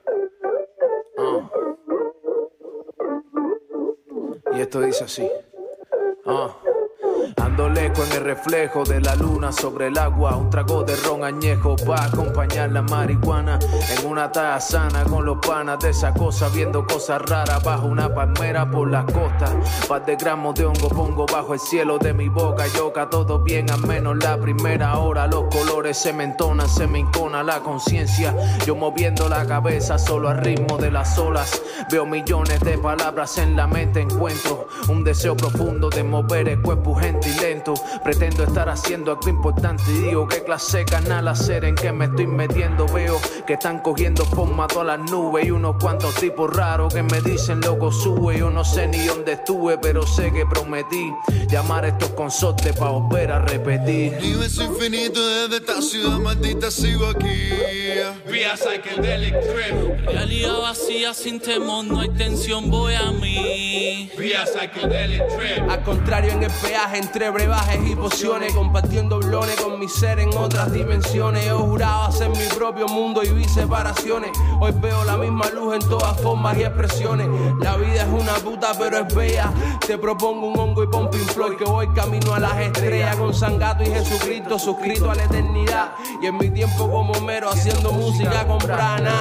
Y esto dice así. Ando lejos en el reflejo de la luna sobre el agua. Un trago de ron añejo pa' acompañar la marihuana. En una taza sana con los panas de esa cosa. Viendo cosas raras bajo una palmera por las costas. Par de gramos de hongo pongo bajo el cielo de mi boca. Yoga todo bien al menos la primera hora. Los colores se me entonan, se me incona la conciencia. Yo moviendo la cabeza solo al ritmo de las olas. Veo millones de palabras en la mente. Encuentro un deseo profundo de mover el cuerpo urgente y lento. Pretendo estar haciendo algo importante y digo qué clase de canal hacer, en que me estoy metiendo. Veo que están cogiendo forma todas las nubes y unos cuantos tipos raros que me dicen loco sube. Yo no sé ni dónde estuve, pero sé que prometí llamar a estos consortes para volver a repetir. Universo infinito desde esta ciudad maldita sigo aquí. Vía Psychedelic Trip. Realidad vacía sin temor, no hay tensión, voy a mí. mí. Vía Psychedelic Trip. Al contrario en el peaje entre brebajes y pociones, compartiendo blones con mi ser en otras dimensiones. Yo juraba hacer mi propio mundo y vi separaciones. Hoy veo la misma luz en todas formas y expresiones. La vida es una puta pero es bella. Te propongo un hongo y Pumping Floyd, que voy camino a las estrellas con Sangato y Jesucristo suscrito a la eternidad. Y en mi tiempo como mero haciendo música con prana.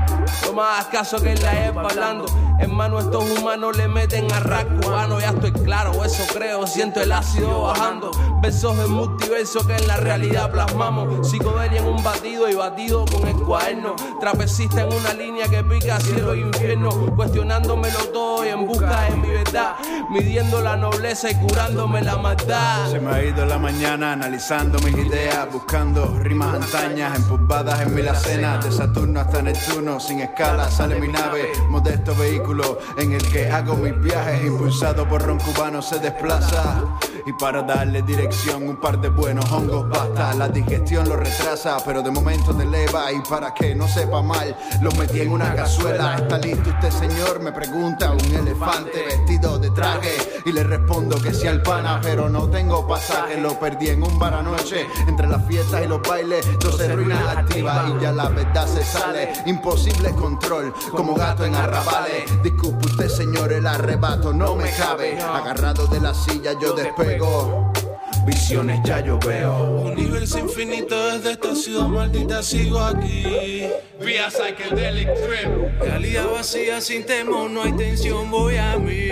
No me hagas caso que en la EPA hablando. Hermano, estos humanos le meten a rap cubano. Ya estoy claro, eso creo, siento el ácido bajando. Versos del multiverso que en la realidad plasmamos. Psicodelia en un batido y batido con el cuaderno. Trapecista en una línea que pica cielo e infierno. Cuestionándomelo todo y en busca de mi verdad. Midiendo la nobleza y curándome la maldad. Se me ha ido la mañana analizando mis ideas, buscando rimas antañas empolvadas en mil acenas. De Saturno hasta Neptuno, sin escala sale mi nave, modesto vehículo en el que hago mis viajes. Impulsado por ron cubano se desplaza, y para darle dirección un par de buenos hongos basta. La digestión lo retrasa, pero de momento te eleva. Y para que no sepa mal, lo metí en una cazuela. ¿Está listo usted, señor? Me pregunta un elefante vestido de traje, y le respondo que sí al pana, pero no tengo pasaje. Lo perdí en un bar anoche, entre las fiestas y los bailes, 12 ruinas activas y ya la verdad se sale. Imposible control, como gato en arrabales. Disculpe usted, señor, el arrebato no me cabe. Agarrado de la silla yo despego, visiones ya yo veo. Universo infinito desde esta ciudad maldita sigo aquí. Vía Psychedelic Trip. Realidad vacía sin temor, no hay tensión, voy a mí.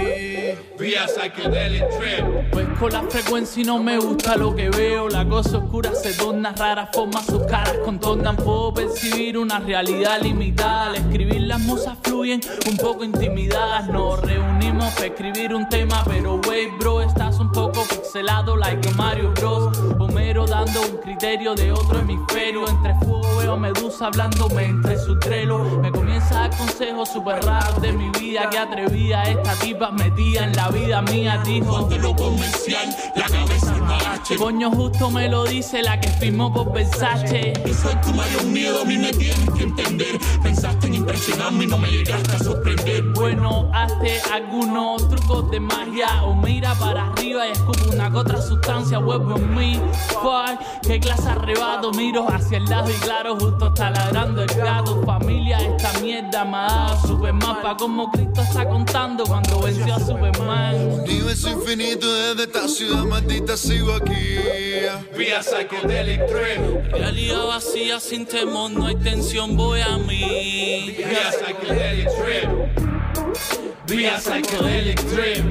Vía Psychedelic Trip. Pues con la frecuencia y no me gusta lo que veo. La cosa oscura se torna rara, forma sus caras contornan. Puedo percibir una realidad limitada. Al escribir las musas fluyen un poco intimidadas. Nos reunimos para escribir un tema, pero wait bro, estás un poco pixelado like Mario Bros. Homero dando un criterio de otro hemisferio. Entre fuego veo a Medusa hablándome entre su trelo. Me comienza a dar consejos super raros de mi vida. Que atrevida esta tipa metida en la vida mía. Dijo de lo comercial, la cabeza al magache. Coño, justo me lo dice la que firmó por Versace. Y soy tu mayor miedo, a mí me tienes que entender. Pensaste en impresionarme y no me llegaste a sorprender. Bueno, hazte algunos trucos de magia o mira para arriba y escupe una que otra sustancia. Vuelvo en mí, fuck, qué clase arrebato. Miro hacia el lado y claro, justo está ladrando el gato. Familia, esta mierda me ha dado Superman. Pa' como Cristo está contando cuando venció a Superman. Universo infinito desde esta ciudad maldita sigo aquí. Vía Psychedelic Trip. Realidad vacía sin temor, no hay tensión, voy a mí. Vía Psychedelic Trip. Vía Psychedelic Trip.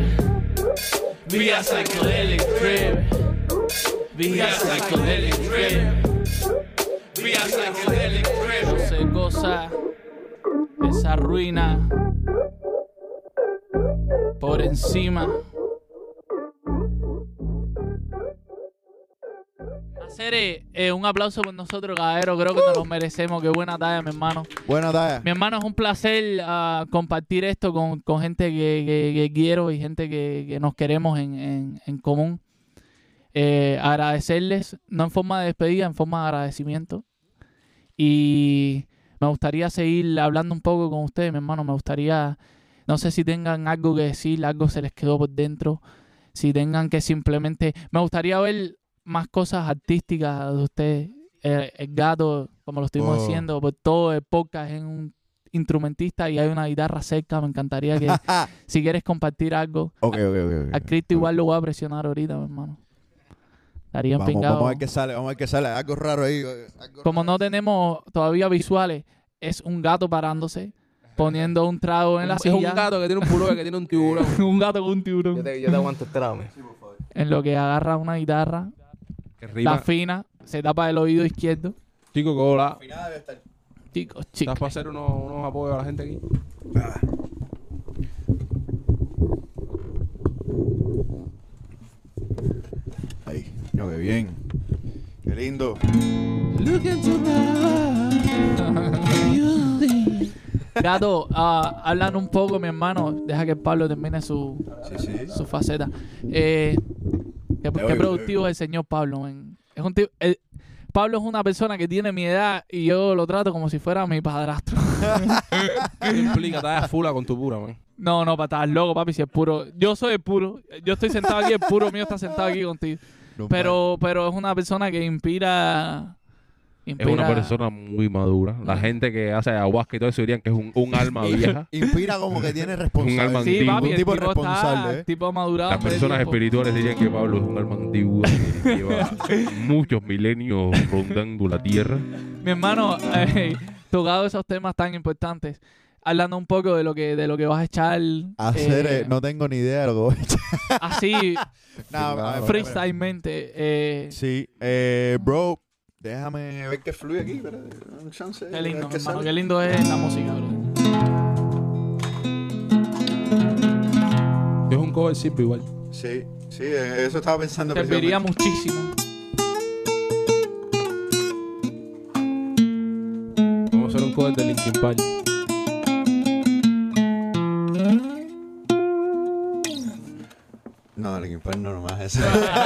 Vía Psychedelic Trip. Vía Psychedelic Trip. Vía Psychedelic Trip. No se goza esa ruina por encima. Hacer un aplauso por nosotros, caballero. Creo que nos lo merecemos. Qué buena talla, mi hermano. Buena talla. Mi hermano, es un placer compartir esto con gente que quiero y gente que nos queremos en común. Agradecerles, no en forma de despedida, en forma de agradecimiento. Y me gustaría seguir hablando un poco con ustedes, mi hermano. Me gustaría, no sé si tengan algo que decir, algo se les quedó por dentro. Si tengan que simplemente... Me gustaría ver más cosas artísticas de ustedes. El gato, como lo estuvimos diciendo, por todo el podcast es un instrumentista y hay una guitarra cerca. Me encantaría que si quieres compartir algo. Okay. A Cristo igual lo voy a presionar ahorita, mi hermano. Estarían pingados. Vamos a ver qué sale. Algo raro ahí. Como no tenemos todavía visuales, es un gato parándose, poniendo un trago en la silla. Es un gato que tiene un pullover, que tiene un tiburón. Un gato con un tiburón. Yo te aguanto el trago, En lo que agarra una guitarra, la fina, se tapa el oído izquierdo. Chico, hola. Chicos. ¿Estás para hacer unos apoyos a la gente aquí? Ahí. Qué bien. Qué lindo. Gato, hablan un poco, mi hermano. Deja que Pablo termine su faceta. Qué productivo es el señor Pablo, man. Es un tipo, Pablo es una persona que tiene mi edad y yo lo trato como si fuera mi padrastro. ¿Qué implica? Estás fula con tu pura, man. No, para estar loco, papi, si es puro. Yo soy el puro. Yo estoy sentado aquí, el puro mío está sentado aquí contigo. Pero es una persona que inspira. Es una persona muy madura. La gente que hace ayahuasca y todo eso dirían que es un alma vieja. Inspira como que tiene Un responsabilidad. alma Sí, antigua. papi, Un el tipo tipo responsable, está, tipo madurado. Las personas espirituales dirían que Pablo es un alma antigua que lleva muchos milenios rondando la tierra. Mi hermano, tocado esos temas tan importantes, hablando un poco de lo que vas a echar. No tengo ni idea de lo que voy a echar. Así, No, freestylemente. Sí, bro, déjame ver qué fluye aquí. Pero, un chance, Qué lindo, a ver hermano, sale. qué lindo es la música, bro. Es un cover simple igual. Sí, eso estaba pensando. Serviría muchísimo. Vamos a hacer un cover de Linkin Park. No, Linkin Park no nomás eso.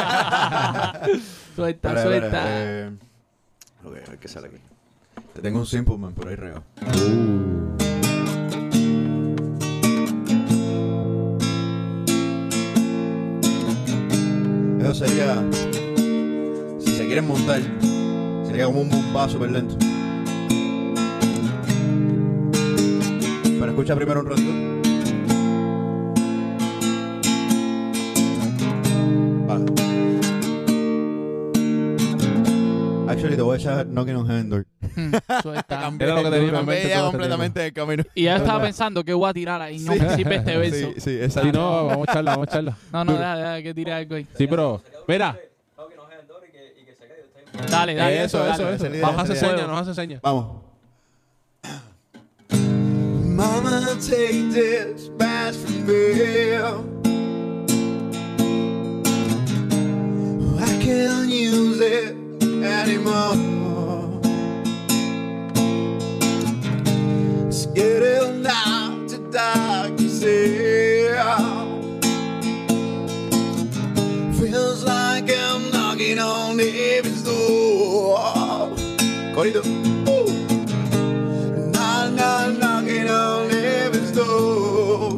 Suelta. Ok, a ver qué sale aquí. Te tengo un Simple Man por ahí regado. Eso sería, si se quieren montar, sería como un bombazo súper lento. Pero escucha primero un ratito. Vale. Actually, te voy a echar Knocking on Heaven Door. Suelta. Era lo que tenía en mente ya todo este completamente del camino. Y ya estaba pensando que voy a tirar ahí. No me sirve este verso. Sí, exacto. Sí, no, vamos a echarla. No, deja que tire algo ahí. Sí, pero, mira. Dale. Eso. esa idea, Nos hace esa idea. señas, nos hace señas. Vamos. Mama, take this badge from me. I can't use it anymore. It's getting down to dark to see. Feels like I'm knocking on heaven's door. Corito. Knocking on heaven's door.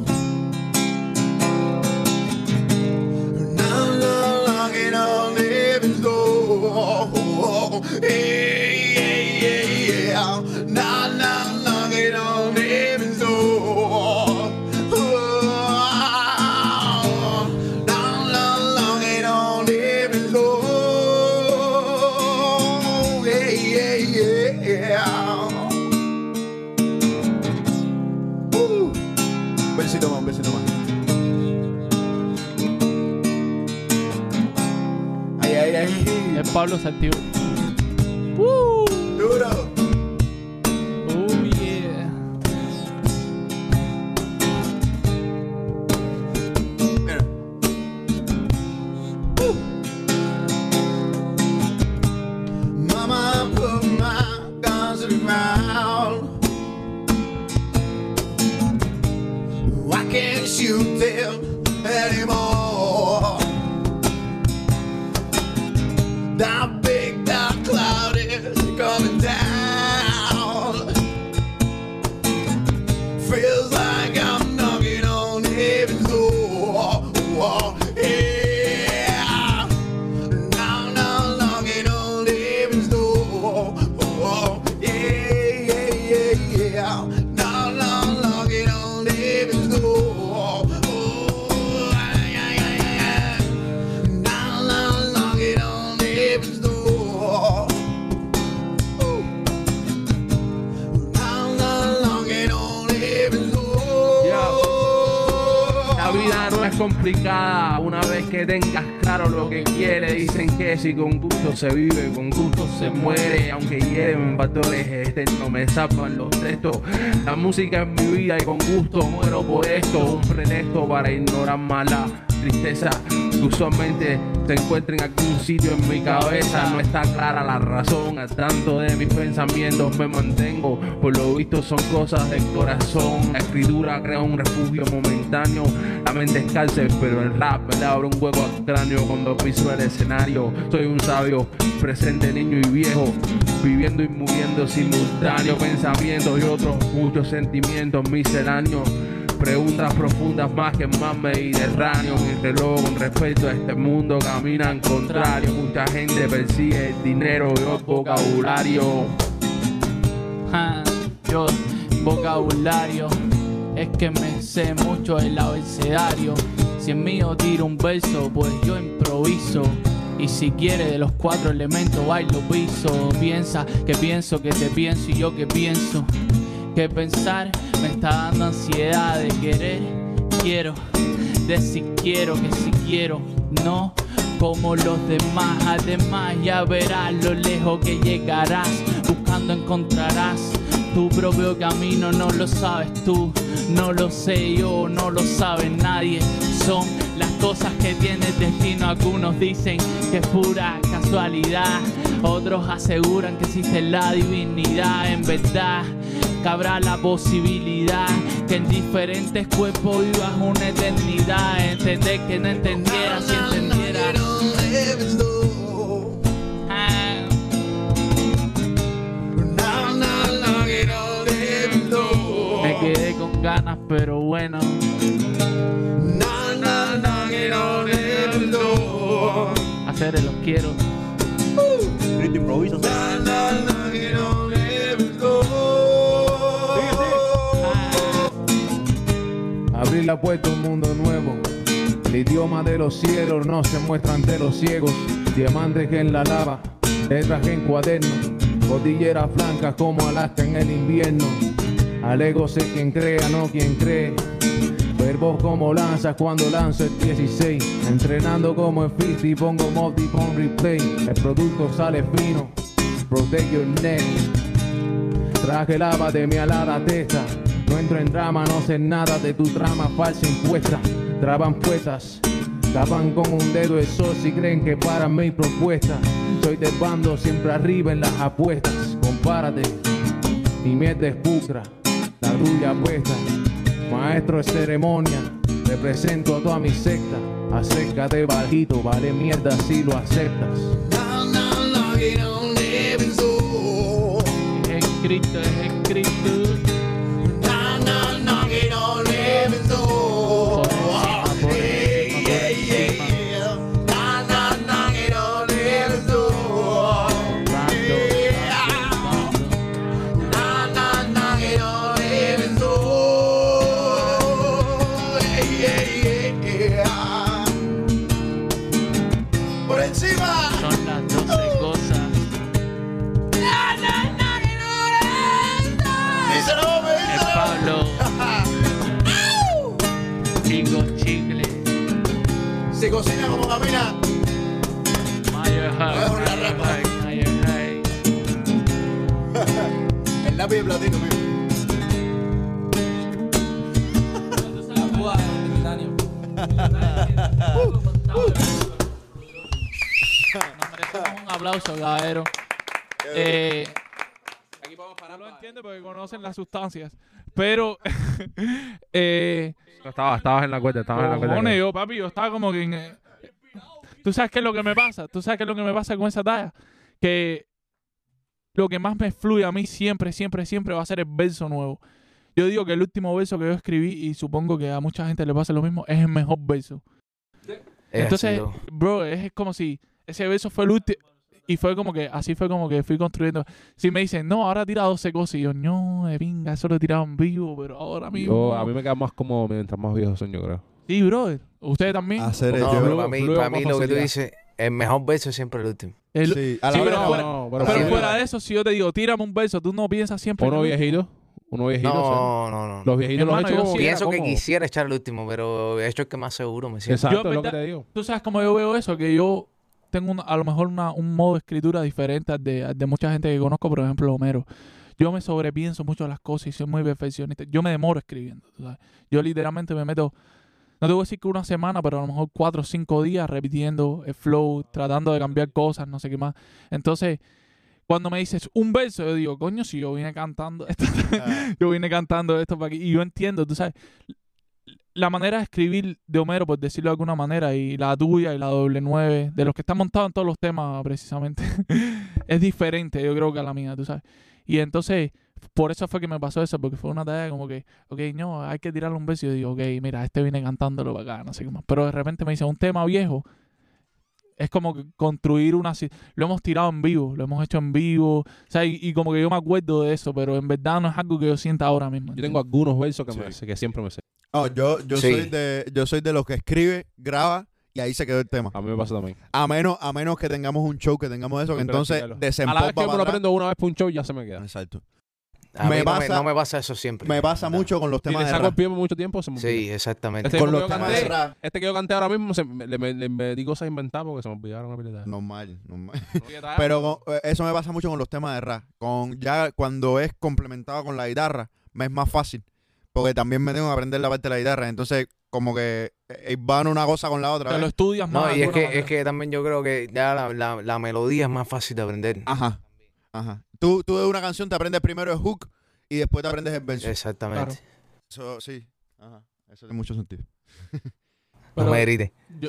Knocking on heaven's door. Yeah. Knocking on heaven's door. Knocking on heaven's door. Yeah. Un besito más. Ay. El Pablo se activó. Duro. Oh, yeah. Mira. Mama, put my guns to the ground. I can't shoot them anymore. That big dark cloud is coming down. Feels like I'm knocking on heaven's door. Yeah. Now knocking on heaven's door. Yeah. Now knocking on heaven's door. Now knocking on heaven's door. Now knocking on heaven's door. La vida no es complicada una vez que tengas claro lo que quieres. Dicen que si con gusto se vive, con gusto se muere. Aunque hieren factores externos, me zapan los textos. La música es mi vida y con gusto muero por esto. Un pretexto para ignorar más la tristeza. que usualmente se encuentra en algún sitio en mi cabeza. No está clara la razón, al tanto de mis pensamientos me mantengo. Por lo visto son cosas del corazón. La escritura crea un refugio momentáneo. La mente es cárcel, pero el rap me le abre un hueco al cráneo cuando piso el escenario. Soy un sabio, presente, niño y viejo, viviendo y muriendo simultáneo. Pensamientos y otros muchos sentimientos misceláneos. Preguntas profundas más que más mediterráneo. Mi reloj con respecto a este mundo camina en contrario. Mucha gente persigue el dinero y el vocabulario. Yo, vocabulario, es que me sé mucho el abecedario. Si en mío tiro un verso, pues yo improviso. Y si quiere de los 4 elementos bailo piso. Piensa que pienso que te pienso y yo que pienso. Que pensar me está dando ansiedad de querer. Quiero decir quiero que si quiero, no como los demás. Además ya verás lo lejos que llegarás. Buscando encontrarás tu propio camino. No lo sabes tú, no lo sé yo, no lo sabe nadie. Son las cosas que tiene el destino. Algunos dicen que es pura casualidad, otros aseguran que existe la divinidad. En verdad cabrá la posibilidad que en diferentes cuerpos vivas una eternidad. Entender que no entendiera si entendiera. Me quedé con ganas, pero bueno. Hacer los quiero. Grito improviso. Abrir la puerta a un mundo nuevo. El idioma de los cielos no se muestra ante los ciegos. Diamantes que en la lava, letras en cuaderno. Cordilleras blancas como Alaska en el invierno. Al ego sé quien crea, no quien cree. Verbos como lanzas cuando lanzo el 16. Entrenando como el 50 y pongo multi on replay. El producto sale fino. Protect your neck. Traje lava de mi alada testa. No entro en drama, no sé nada de tu trama falsa impuesta. Traban puertas, tapan con un dedo el sol si creen que para mi propuesta. Soy del bando siempre arriba en las apuestas. Compárate, mi mierda es pulcra, la tuya puesta. Maestro de ceremonia, represento a toda mi secta. Acércate bajito, vale mierda si lo aceptas. Es escrito, es escrito. Son las 12 cosas. Es Pablo. Chico chicle. Se cocina como camina. Mayo high. El lápiz de platino, mío. Nos merecemos un aplauso, caballero. Aquí podemos parar. No lo entiendo porque conocen las sustancias. Pero Estabas en la cuenta, cojones, yo, papi, yo estaba como que ¿tú sabes qué es lo que me pasa? ¿Tú sabes qué es lo que me pasa con esa talla? Que lo que más me fluye a mí siempre va a ser el verso nuevo. Yo digo que el último verso que yo escribí, y supongo que a mucha gente le pasa lo mismo, es el mejor verso. Entonces, bro, es como si ese verso fue el último. Y fue como que, así fue como que fui construyendo. Si me dicen, no, ahora tira 12 cosas. Y yo, no, de pinga, eso lo he tirado en vivo, pero ahora mismo. A mí me queda más como mientras más viejos son, yo creo. Sí, brother. ¿Ustedes también? Hacer No, yo- pero para mí fluye lo con que tú facilidad. dices, el mejor verso es siempre el último. Sí, a la Sí, vez pero no. Pero fuera de eso, si yo te digo, tírame un verso, tú no piensas siempre. Uno en el viejito. Uno viejito. No. Los viejitos los Hermano, he hecho yo como- Pienso que como- quisiera echar el último, pero he hecho el que más seguro me siento. Exacto, Yo, es lo que verdad, te digo. Tú sabes cómo yo veo eso, que yo tengo a lo mejor un modo de escritura diferente al de mucha gente que conozco, por ejemplo, Homero. Yo me sobrepienso mucho las cosas y soy muy perfeccionista. Yo me demoro escribiendo, tú sabes. Yo literalmente me meto, no te voy a decir que una semana, pero a lo mejor 4 o 5 días repitiendo el flow, tratando de cambiar cosas, no sé qué más. Entonces, cuando me dices un verso, yo digo, coño, si yo vine cantando esto, yo vine cantando esto para aquí. Y yo entiendo, tú sabes, la manera de escribir de Homero, por decirlo de alguna manera, y la tuya y la doble 9, de los que están montados en todos los temas, precisamente, es diferente, yo creo, que a la mía, tú sabes. Y entonces, por eso fue que me pasó eso, porque fue una tarea como que, ok, no, hay que tirarle un verso. Y yo digo, ok, mira, viene cantándolo para acá, no sé qué más. Pero de repente me dice, un tema viejo, es como que construir lo hemos tirado en vivo, lo hemos hecho en vivo, o sea, y como que yo me acuerdo de eso, pero en verdad no es algo que yo sienta ahora mismo. Yo tengo algunos versos que siempre me sé. Oh, yo soy de los que escribe, graba y ahí se quedó el tema. A mí me pasa también. A menos que tengamos un show, que tengamos eso, que entonces A la desempopa vez que me lo aprendo una vez por un show, ya se me queda. Exacto. A mí no me pasa eso siempre. Me pasa mucho con los Si temas le de saco rap. el pie por mucho tiempo, se me olvida. Sí, exactamente. Este Con que los yo temas de rap. canté, este que yo canté ahora mismo, le di cosas inventadas porque se me olvidaron la habilidad. Normal. Pero eso me pasa mucho con los temas de rap. Ya cuando es complementado con la guitarra, me es más fácil. Porque también me tengo que aprender la parte de la guitarra. Entonces, como que van una cosa con la otra. Te lo estudias más. No, y es que también yo creo que ya la melodía es más fácil de aprender. Ajá. Tú de una canción te aprendes primero el hook y después te aprendes el verso. Exactamente. Claro. Eso sí. Ajá. Eso tiene mucho sentido. No me grites.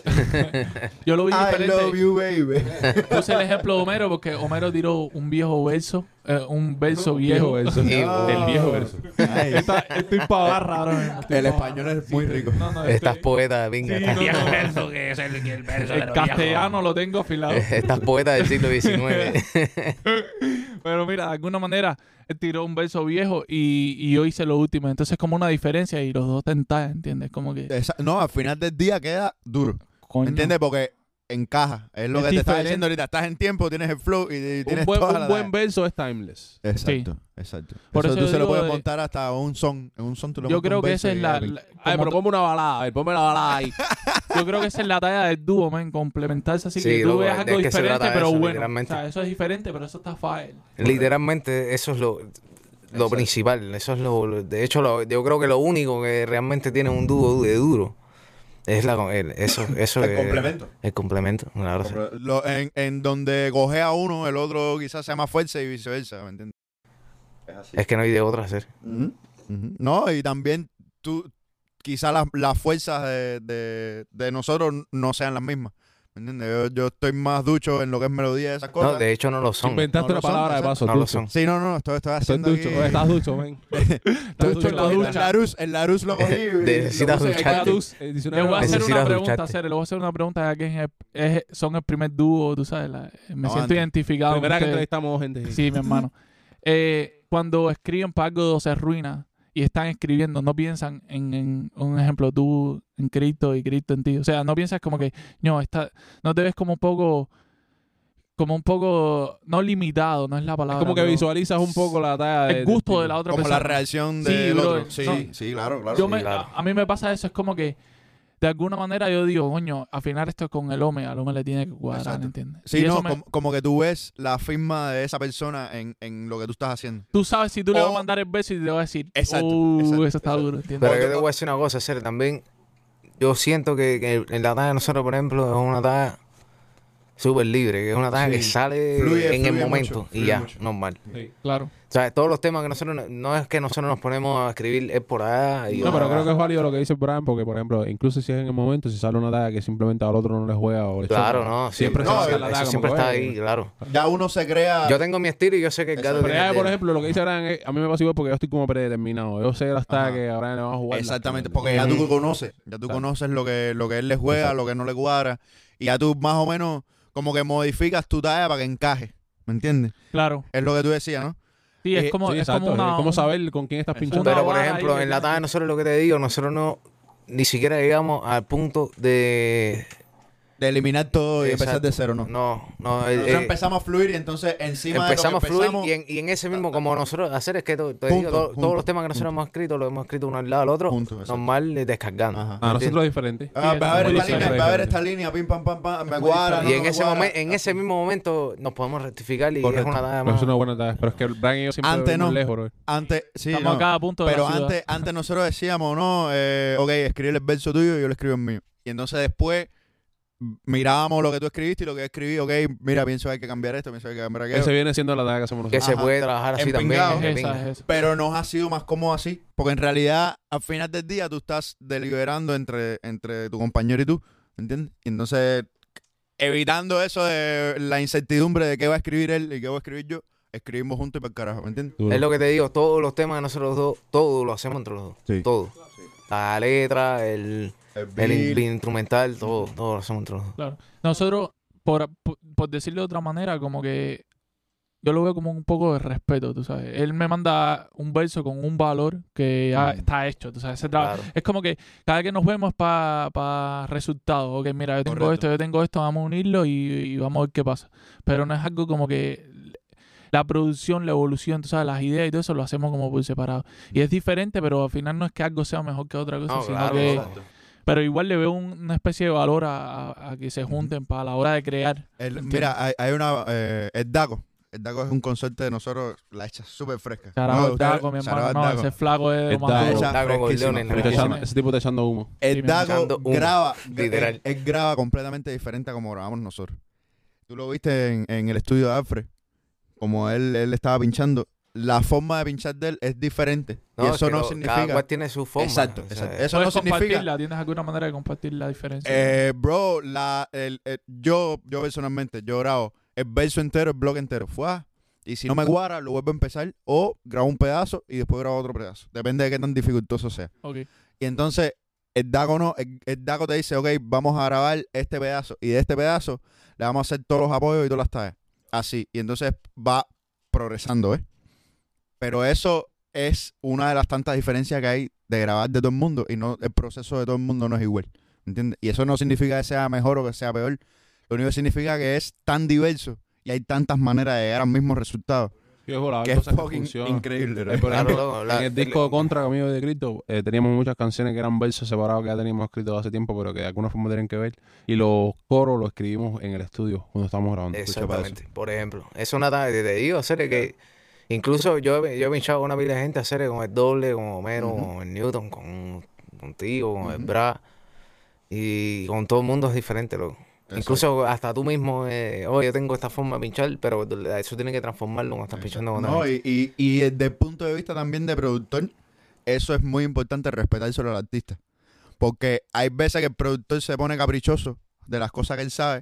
Yo lo vi I diferente. love you, baby. Puse el ejemplo de Homero porque Homero tiró un viejo verso, un verso viejo. verso. Y- El viejo verso. Estoy para hablar raro. mismo, estoy El pa' español es muy rico. Estás poeta, venga. Sí, estás- no, verso que es el verso de el los castellano lo tengo afilado. Estás poeta del siglo XIX. Pero mira, de alguna manera él tiró un verso viejo y yo hice lo último. Entonces es como una diferencia y los dos tentar, ¿entiendes? Como que, No, al final del día queda duro. coño. ¿Entiendes? Porque encaja. Es lo Es que te estaba diferente. diciendo ahorita. Estás en tiempo, tienes el flow y tienes toda la... Un buen verso es timeless. Exacto. Por eso tú yo se lo digo puedes de- montar hasta un son. En un son tú lo Yo montas creo un que verso esa es y la, ya, la- Ay, como pero ponme una balada. A ver, ponme la balada ahí. yo creo que esa es la talla del dúo, man, complementarse así Sí, que tú loco, veas es algo que se diferente, trata de pero eso, bueno. literalmente. O sea, eso es diferente, pero eso está fácil. Literalmente, eso es lo principal. Eso es de hecho, yo creo que lo único que realmente tiene un dúo de duro es eso El complemento. El complemento, claro. Sí. En donde cogea uno, el otro quizás sea más fuerte y viceversa, ¿me entiendes? Es así. Es que no hay de otra hacer. No, y también quizás las fuerzas de nosotros no sean las mismas. ¿Me entiendes? Yo estoy más ducho en lo que es melodía y esas cosas. No, de hecho no lo son. Inventaste No una lo son, palabra de exacto. paso. No lo ducho. son. Sí, no, estoy Estás haciendo ducho. aquí... Estás ducho, man. Ducho en la ducha. El Larus lo cogí. Necesitas lo puse ducharte. aquí. Le voy a hacer Necesitas una pregunta, ducharte. serio. Le voy a hacer una pregunta ya que son el primer dúo, tú sabes. Me No, siento antes. identificado. con Primera que ustedes. entrevistamos gente. Sí, mi hermano. Cuando escriben para algo de Se Ruina y están escribiendo, no piensan en un ejemplo, tú en Cristo y Cristo en ti. O sea, no piensas como que, no te ves como un poco, no limitado, no es la palabra. Es como que pero visualizas un poco la talla el gusto de la otra Como persona. la reacción Sí, del bro, otro. Sí, no. sí, claro. A mí me pasa eso, es como que de alguna manera yo digo, coño, afinar esto con el hombre, al hombre le tiene que cuadrar, Exacto. ¿entiendes? Sí, Y eso no, como que tú ves la firma de esa persona en lo que tú estás haciendo. tú sabes si tú le vas a O- mandar el beso y te va a decir, Exacto, eso está exacto. duro, ¿entiendes? Pero yo te voy a decir una cosa, Cere, también yo siento que en la talla de nosotros, por ejemplo, es una talla súper libre, que es una talla Sí. que sale Fluye en el mucho, momento y fluye ya, mucho. normal. Claro. O sea, todos los temas que nosotros, no es que nosotros nos ponemos a escribir es por allá y No, pero creo que es válido lo que dice Brian, porque, por ejemplo, incluso si es en el momento, si sale una talla que simplemente al otro no le juega o le claro, choca, no, siempre sí, se va a no, sacar la eso talla siempre como está que es. ahí, claro. Ya uno se crea... Yo tengo mi estilo y yo sé que el gato Pero tiene ya, el por de él. ejemplo, lo que dice Brian, a mí me pasa igual porque yo estoy como predeterminado. Yo sé las tallas Ajá. que a Brian le va a jugar. Exactamente, porque ya tú conoces. Ya tú conoces lo que él le juega, lo que no le cuadra. Y ya tú más o menos como que modificas tu talla para que encaje. ¿Me entiendes? Claro. Es lo que tú decías, ¿no? Sí, es Sí, como, Sí, es exacto. como una... Es como saber con quién estás pinchando. Una Pero por vara ejemplo, ahí en la que- talla de nosotros lo que te digo, nosotros no ni siquiera llegamos al punto de De eliminar todo y empezar Exacto. de cero, ¿no? No. Nosotros empezamos a fluir y entonces encima empezamos de a lo que fluir empezamos... y en ese mismo, como nosotros hacer, es que te Juntos, digo, juntos, todos los temas que nosotros juntos. hemos escrito, los hemos escrito uno al lado del otro, Juntos, exacto. normal, descargando. Ajá. A nosotros es diferente. Va a haber muy esta línea, diferente. va a haber esta línea, pim, pam, pam, pam, me cuadra, Y no en me ese cuadra. momento, en ese mismo momento nos podemos rectificar y Correcto. es una tarea Pero más. es una buena tarea. Pero es que Brian y yo siempre Antes vivimos no. lejos, bro. Antes, sí, Estamos no. a cada punto de Pero la ciudad. antes nosotros decíamos, no, ok, escribe el verso tuyo y yo lo escribo el mío. Y entonces después mirábamos lo que tú escribiste y lo que yo escribí, ok, mira, pienso que hay que cambiar esto, pienso que hay que cambiar aquello. Ese viene siendo la tarea que hacemos Que nosotros. se puede trabajar así Empingado. también. Es esa, es esa. Pero nos ha sido más cómodo así, porque en realidad al final del día tú estás deliberando entre tu compañero y tú, ¿entiendes? Y entonces, evitando eso de la incertidumbre de qué va a escribir él y qué voy a escribir yo, escribimos juntos y para el carajo, ¿me entiendes? Duro. Es lo que te digo, todos los temas de nosotros dos, todo lo hacemos entre los dos. Sí. Todo. La letra, el beat. instrumental, todo lo hacemos entre los dos. Claro. Nosotros, por decirlo de otra manera, como que yo lo veo como un poco de respeto, tú sabes. Él me manda un verso con un valor que ya está hecho, tú sabes. Claro. Es como que cada que nos vemos es para resultados. Ok, mira, yo tengo Correcto. esto, yo tengo esto, vamos a unirlo y vamos a ver qué pasa. Pero no es algo como que la producción, la evolución, tú sabes, las ideas y todo eso lo hacemos como por separado. Y es diferente, pero al final no es que algo sea mejor que otra cosa, No, sino claro, que... exacto. Pero igual le veo una especie de valor a que se junten para la hora de crear. Mira, hay una, el Daco. El Daco es un consorte de nosotros, la hecha súper fresca. Carajo, No, el ustedes- Daco, mi shout out hermano. al No, Daco. ese flaco es El lo más Daco. duro. Esa Daco fresquísima, Gordones, Pero fresquísima. ese tipo está echando humo. El Sí, Daco echando humo. graba, Literal. él graba completamente diferente a como grabamos nosotros. Tú lo viste en el estudio de Alfred, como él estaba pinchando. La forma de pinchar de él es diferente. No, y es eso que no cada significa... cual tiene su forma. Exacto, o sea, exacto. Eso no ¿Puedes significa... compartirla? ¿Tienes alguna manera de compartir la diferencia? Bro, yo personalmente, yo grabo el verso entero, el bloque entero. Y si no me cuadra, lo vuelvo a empezar. O grabo un pedazo y después grabo otro pedazo. Depende de qué tan dificultoso sea. Ok. Y entonces, el Daco no, el Daco te dice, ok, vamos a grabar este pedazo. Y de este pedazo le vamos a hacer todos los apoyos y todas las tallas. Así. Y entonces va progresando, ¿ves? Pero eso es una de las tantas diferencias que hay de grabar de todo el mundo. Y no el proceso de todo el mundo no es igual. ¿Entiendes? Y eso no significa que sea mejor o que sea peor. Lo único que significa que es tan diverso y hay tantas maneras de llegar al mismo resultado. Yo juro, hay Que es cosas que fucking funcionan. increíble, ¿no? Por Claro, ejemplo, no, en el disco Contra, conmigo de Cristo, teníamos muchas canciones que eran versos separados que ya teníamos escritos hace tiempo, pero que de alguna forma tienen que ver. Y los coros los escribimos en el estudio cuando estábamos grabando. Exactamente. Por ejemplo, es una tarea, te digo, hacer que incluso yo he pinchado con una pila de gente hacer con el doble, con Homero, con el Newton, contigo, con el Bra. Y con todo el mundo es diferente, loco. Exacto. Incluso hasta tú mismo, oye, yo tengo esta forma de pinchar, pero eso tienes que transformarlo cuando estás pinchando con No, alguien. y desde el punto de vista también de productor, eso es muy importante, respetárselo al artista. Porque hay veces que el productor se pone caprichoso de las cosas que él sabe.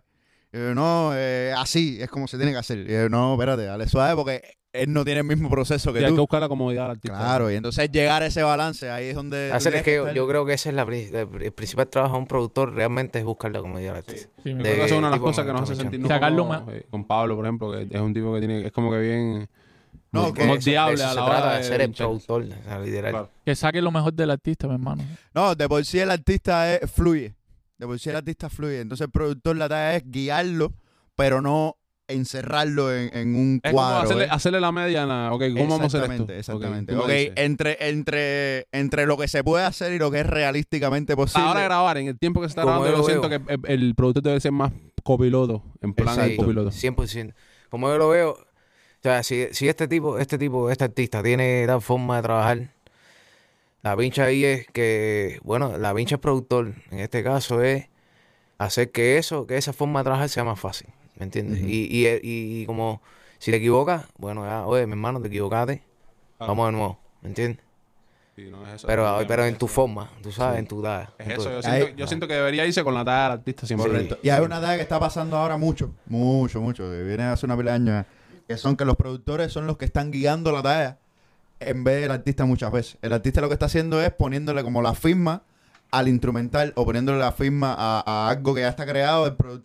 Así es como se tiene que hacer. Y yo, no, espérate, dale suave porque él no tiene el mismo proceso Y que hay que tú. buscar la comodidad al artista. Claro, y entonces llegar a ese balance, ahí es donde... tú Hacer es tienes que estar- yo creo que ese es el principal trabajo de un productor, realmente es buscar la comodidad del artista. Sí, Yo me creo que esa es una de las tipo cosas que nos hace momento sentirnos Sacarlo cómodos, más. con Pablo, por ejemplo, que es un tipo que tiene, es como que bien No, que moldeable eso a se la trata hora de ser el pinchar. productor, o sea, literal. Claro. Que saque lo mejor del artista, mi hermano. No, de por sí el artista fluye. De por sí el artista fluye. Entonces el productor la tarea es guiarlo, pero no encerrarlo en un Es como cuadro. hacerle la mediana. Ok, ¿cómo vamos a hacer esto? Exactamente. Ok, tú Ok, me dices. entre lo que se puede hacer y lo que es realísticamente posible. Ahora grabar, en el tiempo que se está Como grabando, yo yo lo siento que el productor debe ser más copiloto, en plan de Exacto, copiloto. 100%. Como yo lo veo, o sea, si este artista tiene tal forma de trabajar, la pincha ahí es que, bueno, la pincha es productor. En este caso es hacer que esa forma de trabajar sea más fácil. ¿Me entiendes? Ujú. y como si te equivocas, bueno, ya, oye, mi hermano, te equivocaste, vamos de nuevo. ¿Me entiendes? Sí, no es eso. Pero en tu forma, tú sabes, en tu edad. Es eso, Ahí- yo siento que debería irse con la tarea del artista siempre. Correcto. Y hay una tarea que está pasando ahora mucho, que viene hace una pila de años, que son que los productores son los que están guiando la tarea en vez del artista muchas veces. El artista lo que está haciendo es poniéndole como la firma al instrumental o poniéndole la firma a algo que ya está creado del productor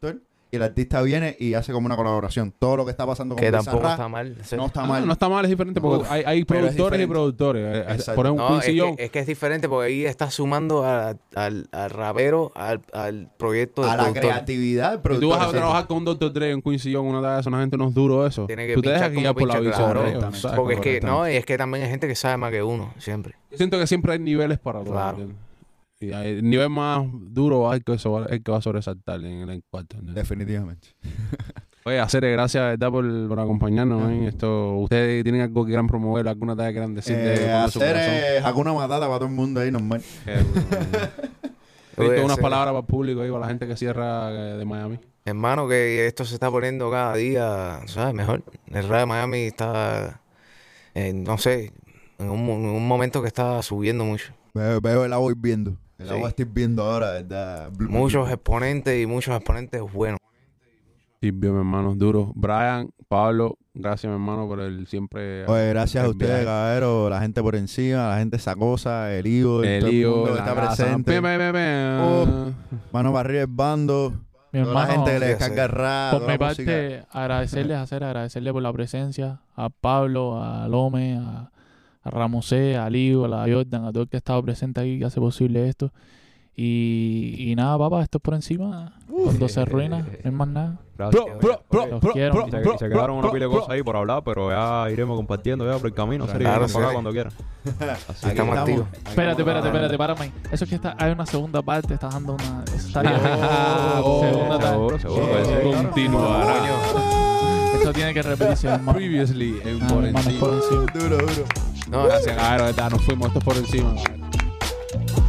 y el artista viene y hace como una colaboración. Todo lo que está pasando con Que tampoco Bizarrap está mal. Sí. no está mal. No está mal, es diferente porque hay pero es productores y diferente. productores. Exacto. Por ejemplo, No, Quincy Jones. es que es diferente porque ahí estás sumando al rapero al proyecto del A la productor. creatividad del Si tú vas productor. a trabajar con un Dr. Dre, un Quincy Jones, una de esas, una gente no es duro eso. Tiene que Tú te dejas pinchar guiar como por la pincha, visión. claro. de ellos, Correctamente. ¿sabes? Porque es que, Correctamente. no, y es que también hay gente que sabe más que uno, siempre. Yo siento que siempre hay niveles para todo. Claro. ¿entiendes? Y el nivel más duro es el que va a sobresaltar en el cuarto. ¿entiendes? Definitivamente. Oye, Acere, gracias de verdad por acompañarnos. Ustedes tienen algo que quieran promover, alguna tarea que quieran decir de su corazón. Hacer Hakuna Matata para todo el mundo ahí, normal. He visto unas palabras para el público ahí, para la gente que cierra de Miami. Hermano, que esto se está poniendo cada día, ¿sabes? Mejor. El rap de Miami está, no sé, en un momento que está subiendo mucho. Veo el agua hirviendo. El Sí. agua estoy viendo ahora, ¿verdad? Muchos exponentes y muchos exponentes buenos. Sí, bien, mi hermano, duro. Brian, Pablo, gracias, mi hermano, por el siempre. Oye, gracias a el ustedes, viaje. caballero, la gente por encima, la gente sacosa, el hijo, El todo el lío, mundo que la está casa. presente. Mano para arriba el bando, Mi toda la hermano, gente que le sí, descarga el rap, por toda mi la música. parte, agradecerle por la presencia, a Pablo, a Lome, a Ramosé, a Lío, a la Jordan, a todo el que ha estado presente aquí que hace posible esto. Y nada, papá, esto es por encima. Cuando se arruina, no hay más nada. Gracias. Los quiero. Y se quedaron una pila de cosas ahí por hablar, pero ya iremos compartiendo ya por el camino. Claro, Claro, sí. para acá cuando quieran. Así que Estamos activos. Espérate, párame ahí. Eso es que hay una segunda parte, estás dando una... Eso está segunda parte. seguro puede ser. Continuará. Esto tiene que repetirse, hermano. Previously en Ah, por hermano, encima. por encima. Duro. No, Gracias, cabrón, nos fuimos. Esto es por encima. Cabrón.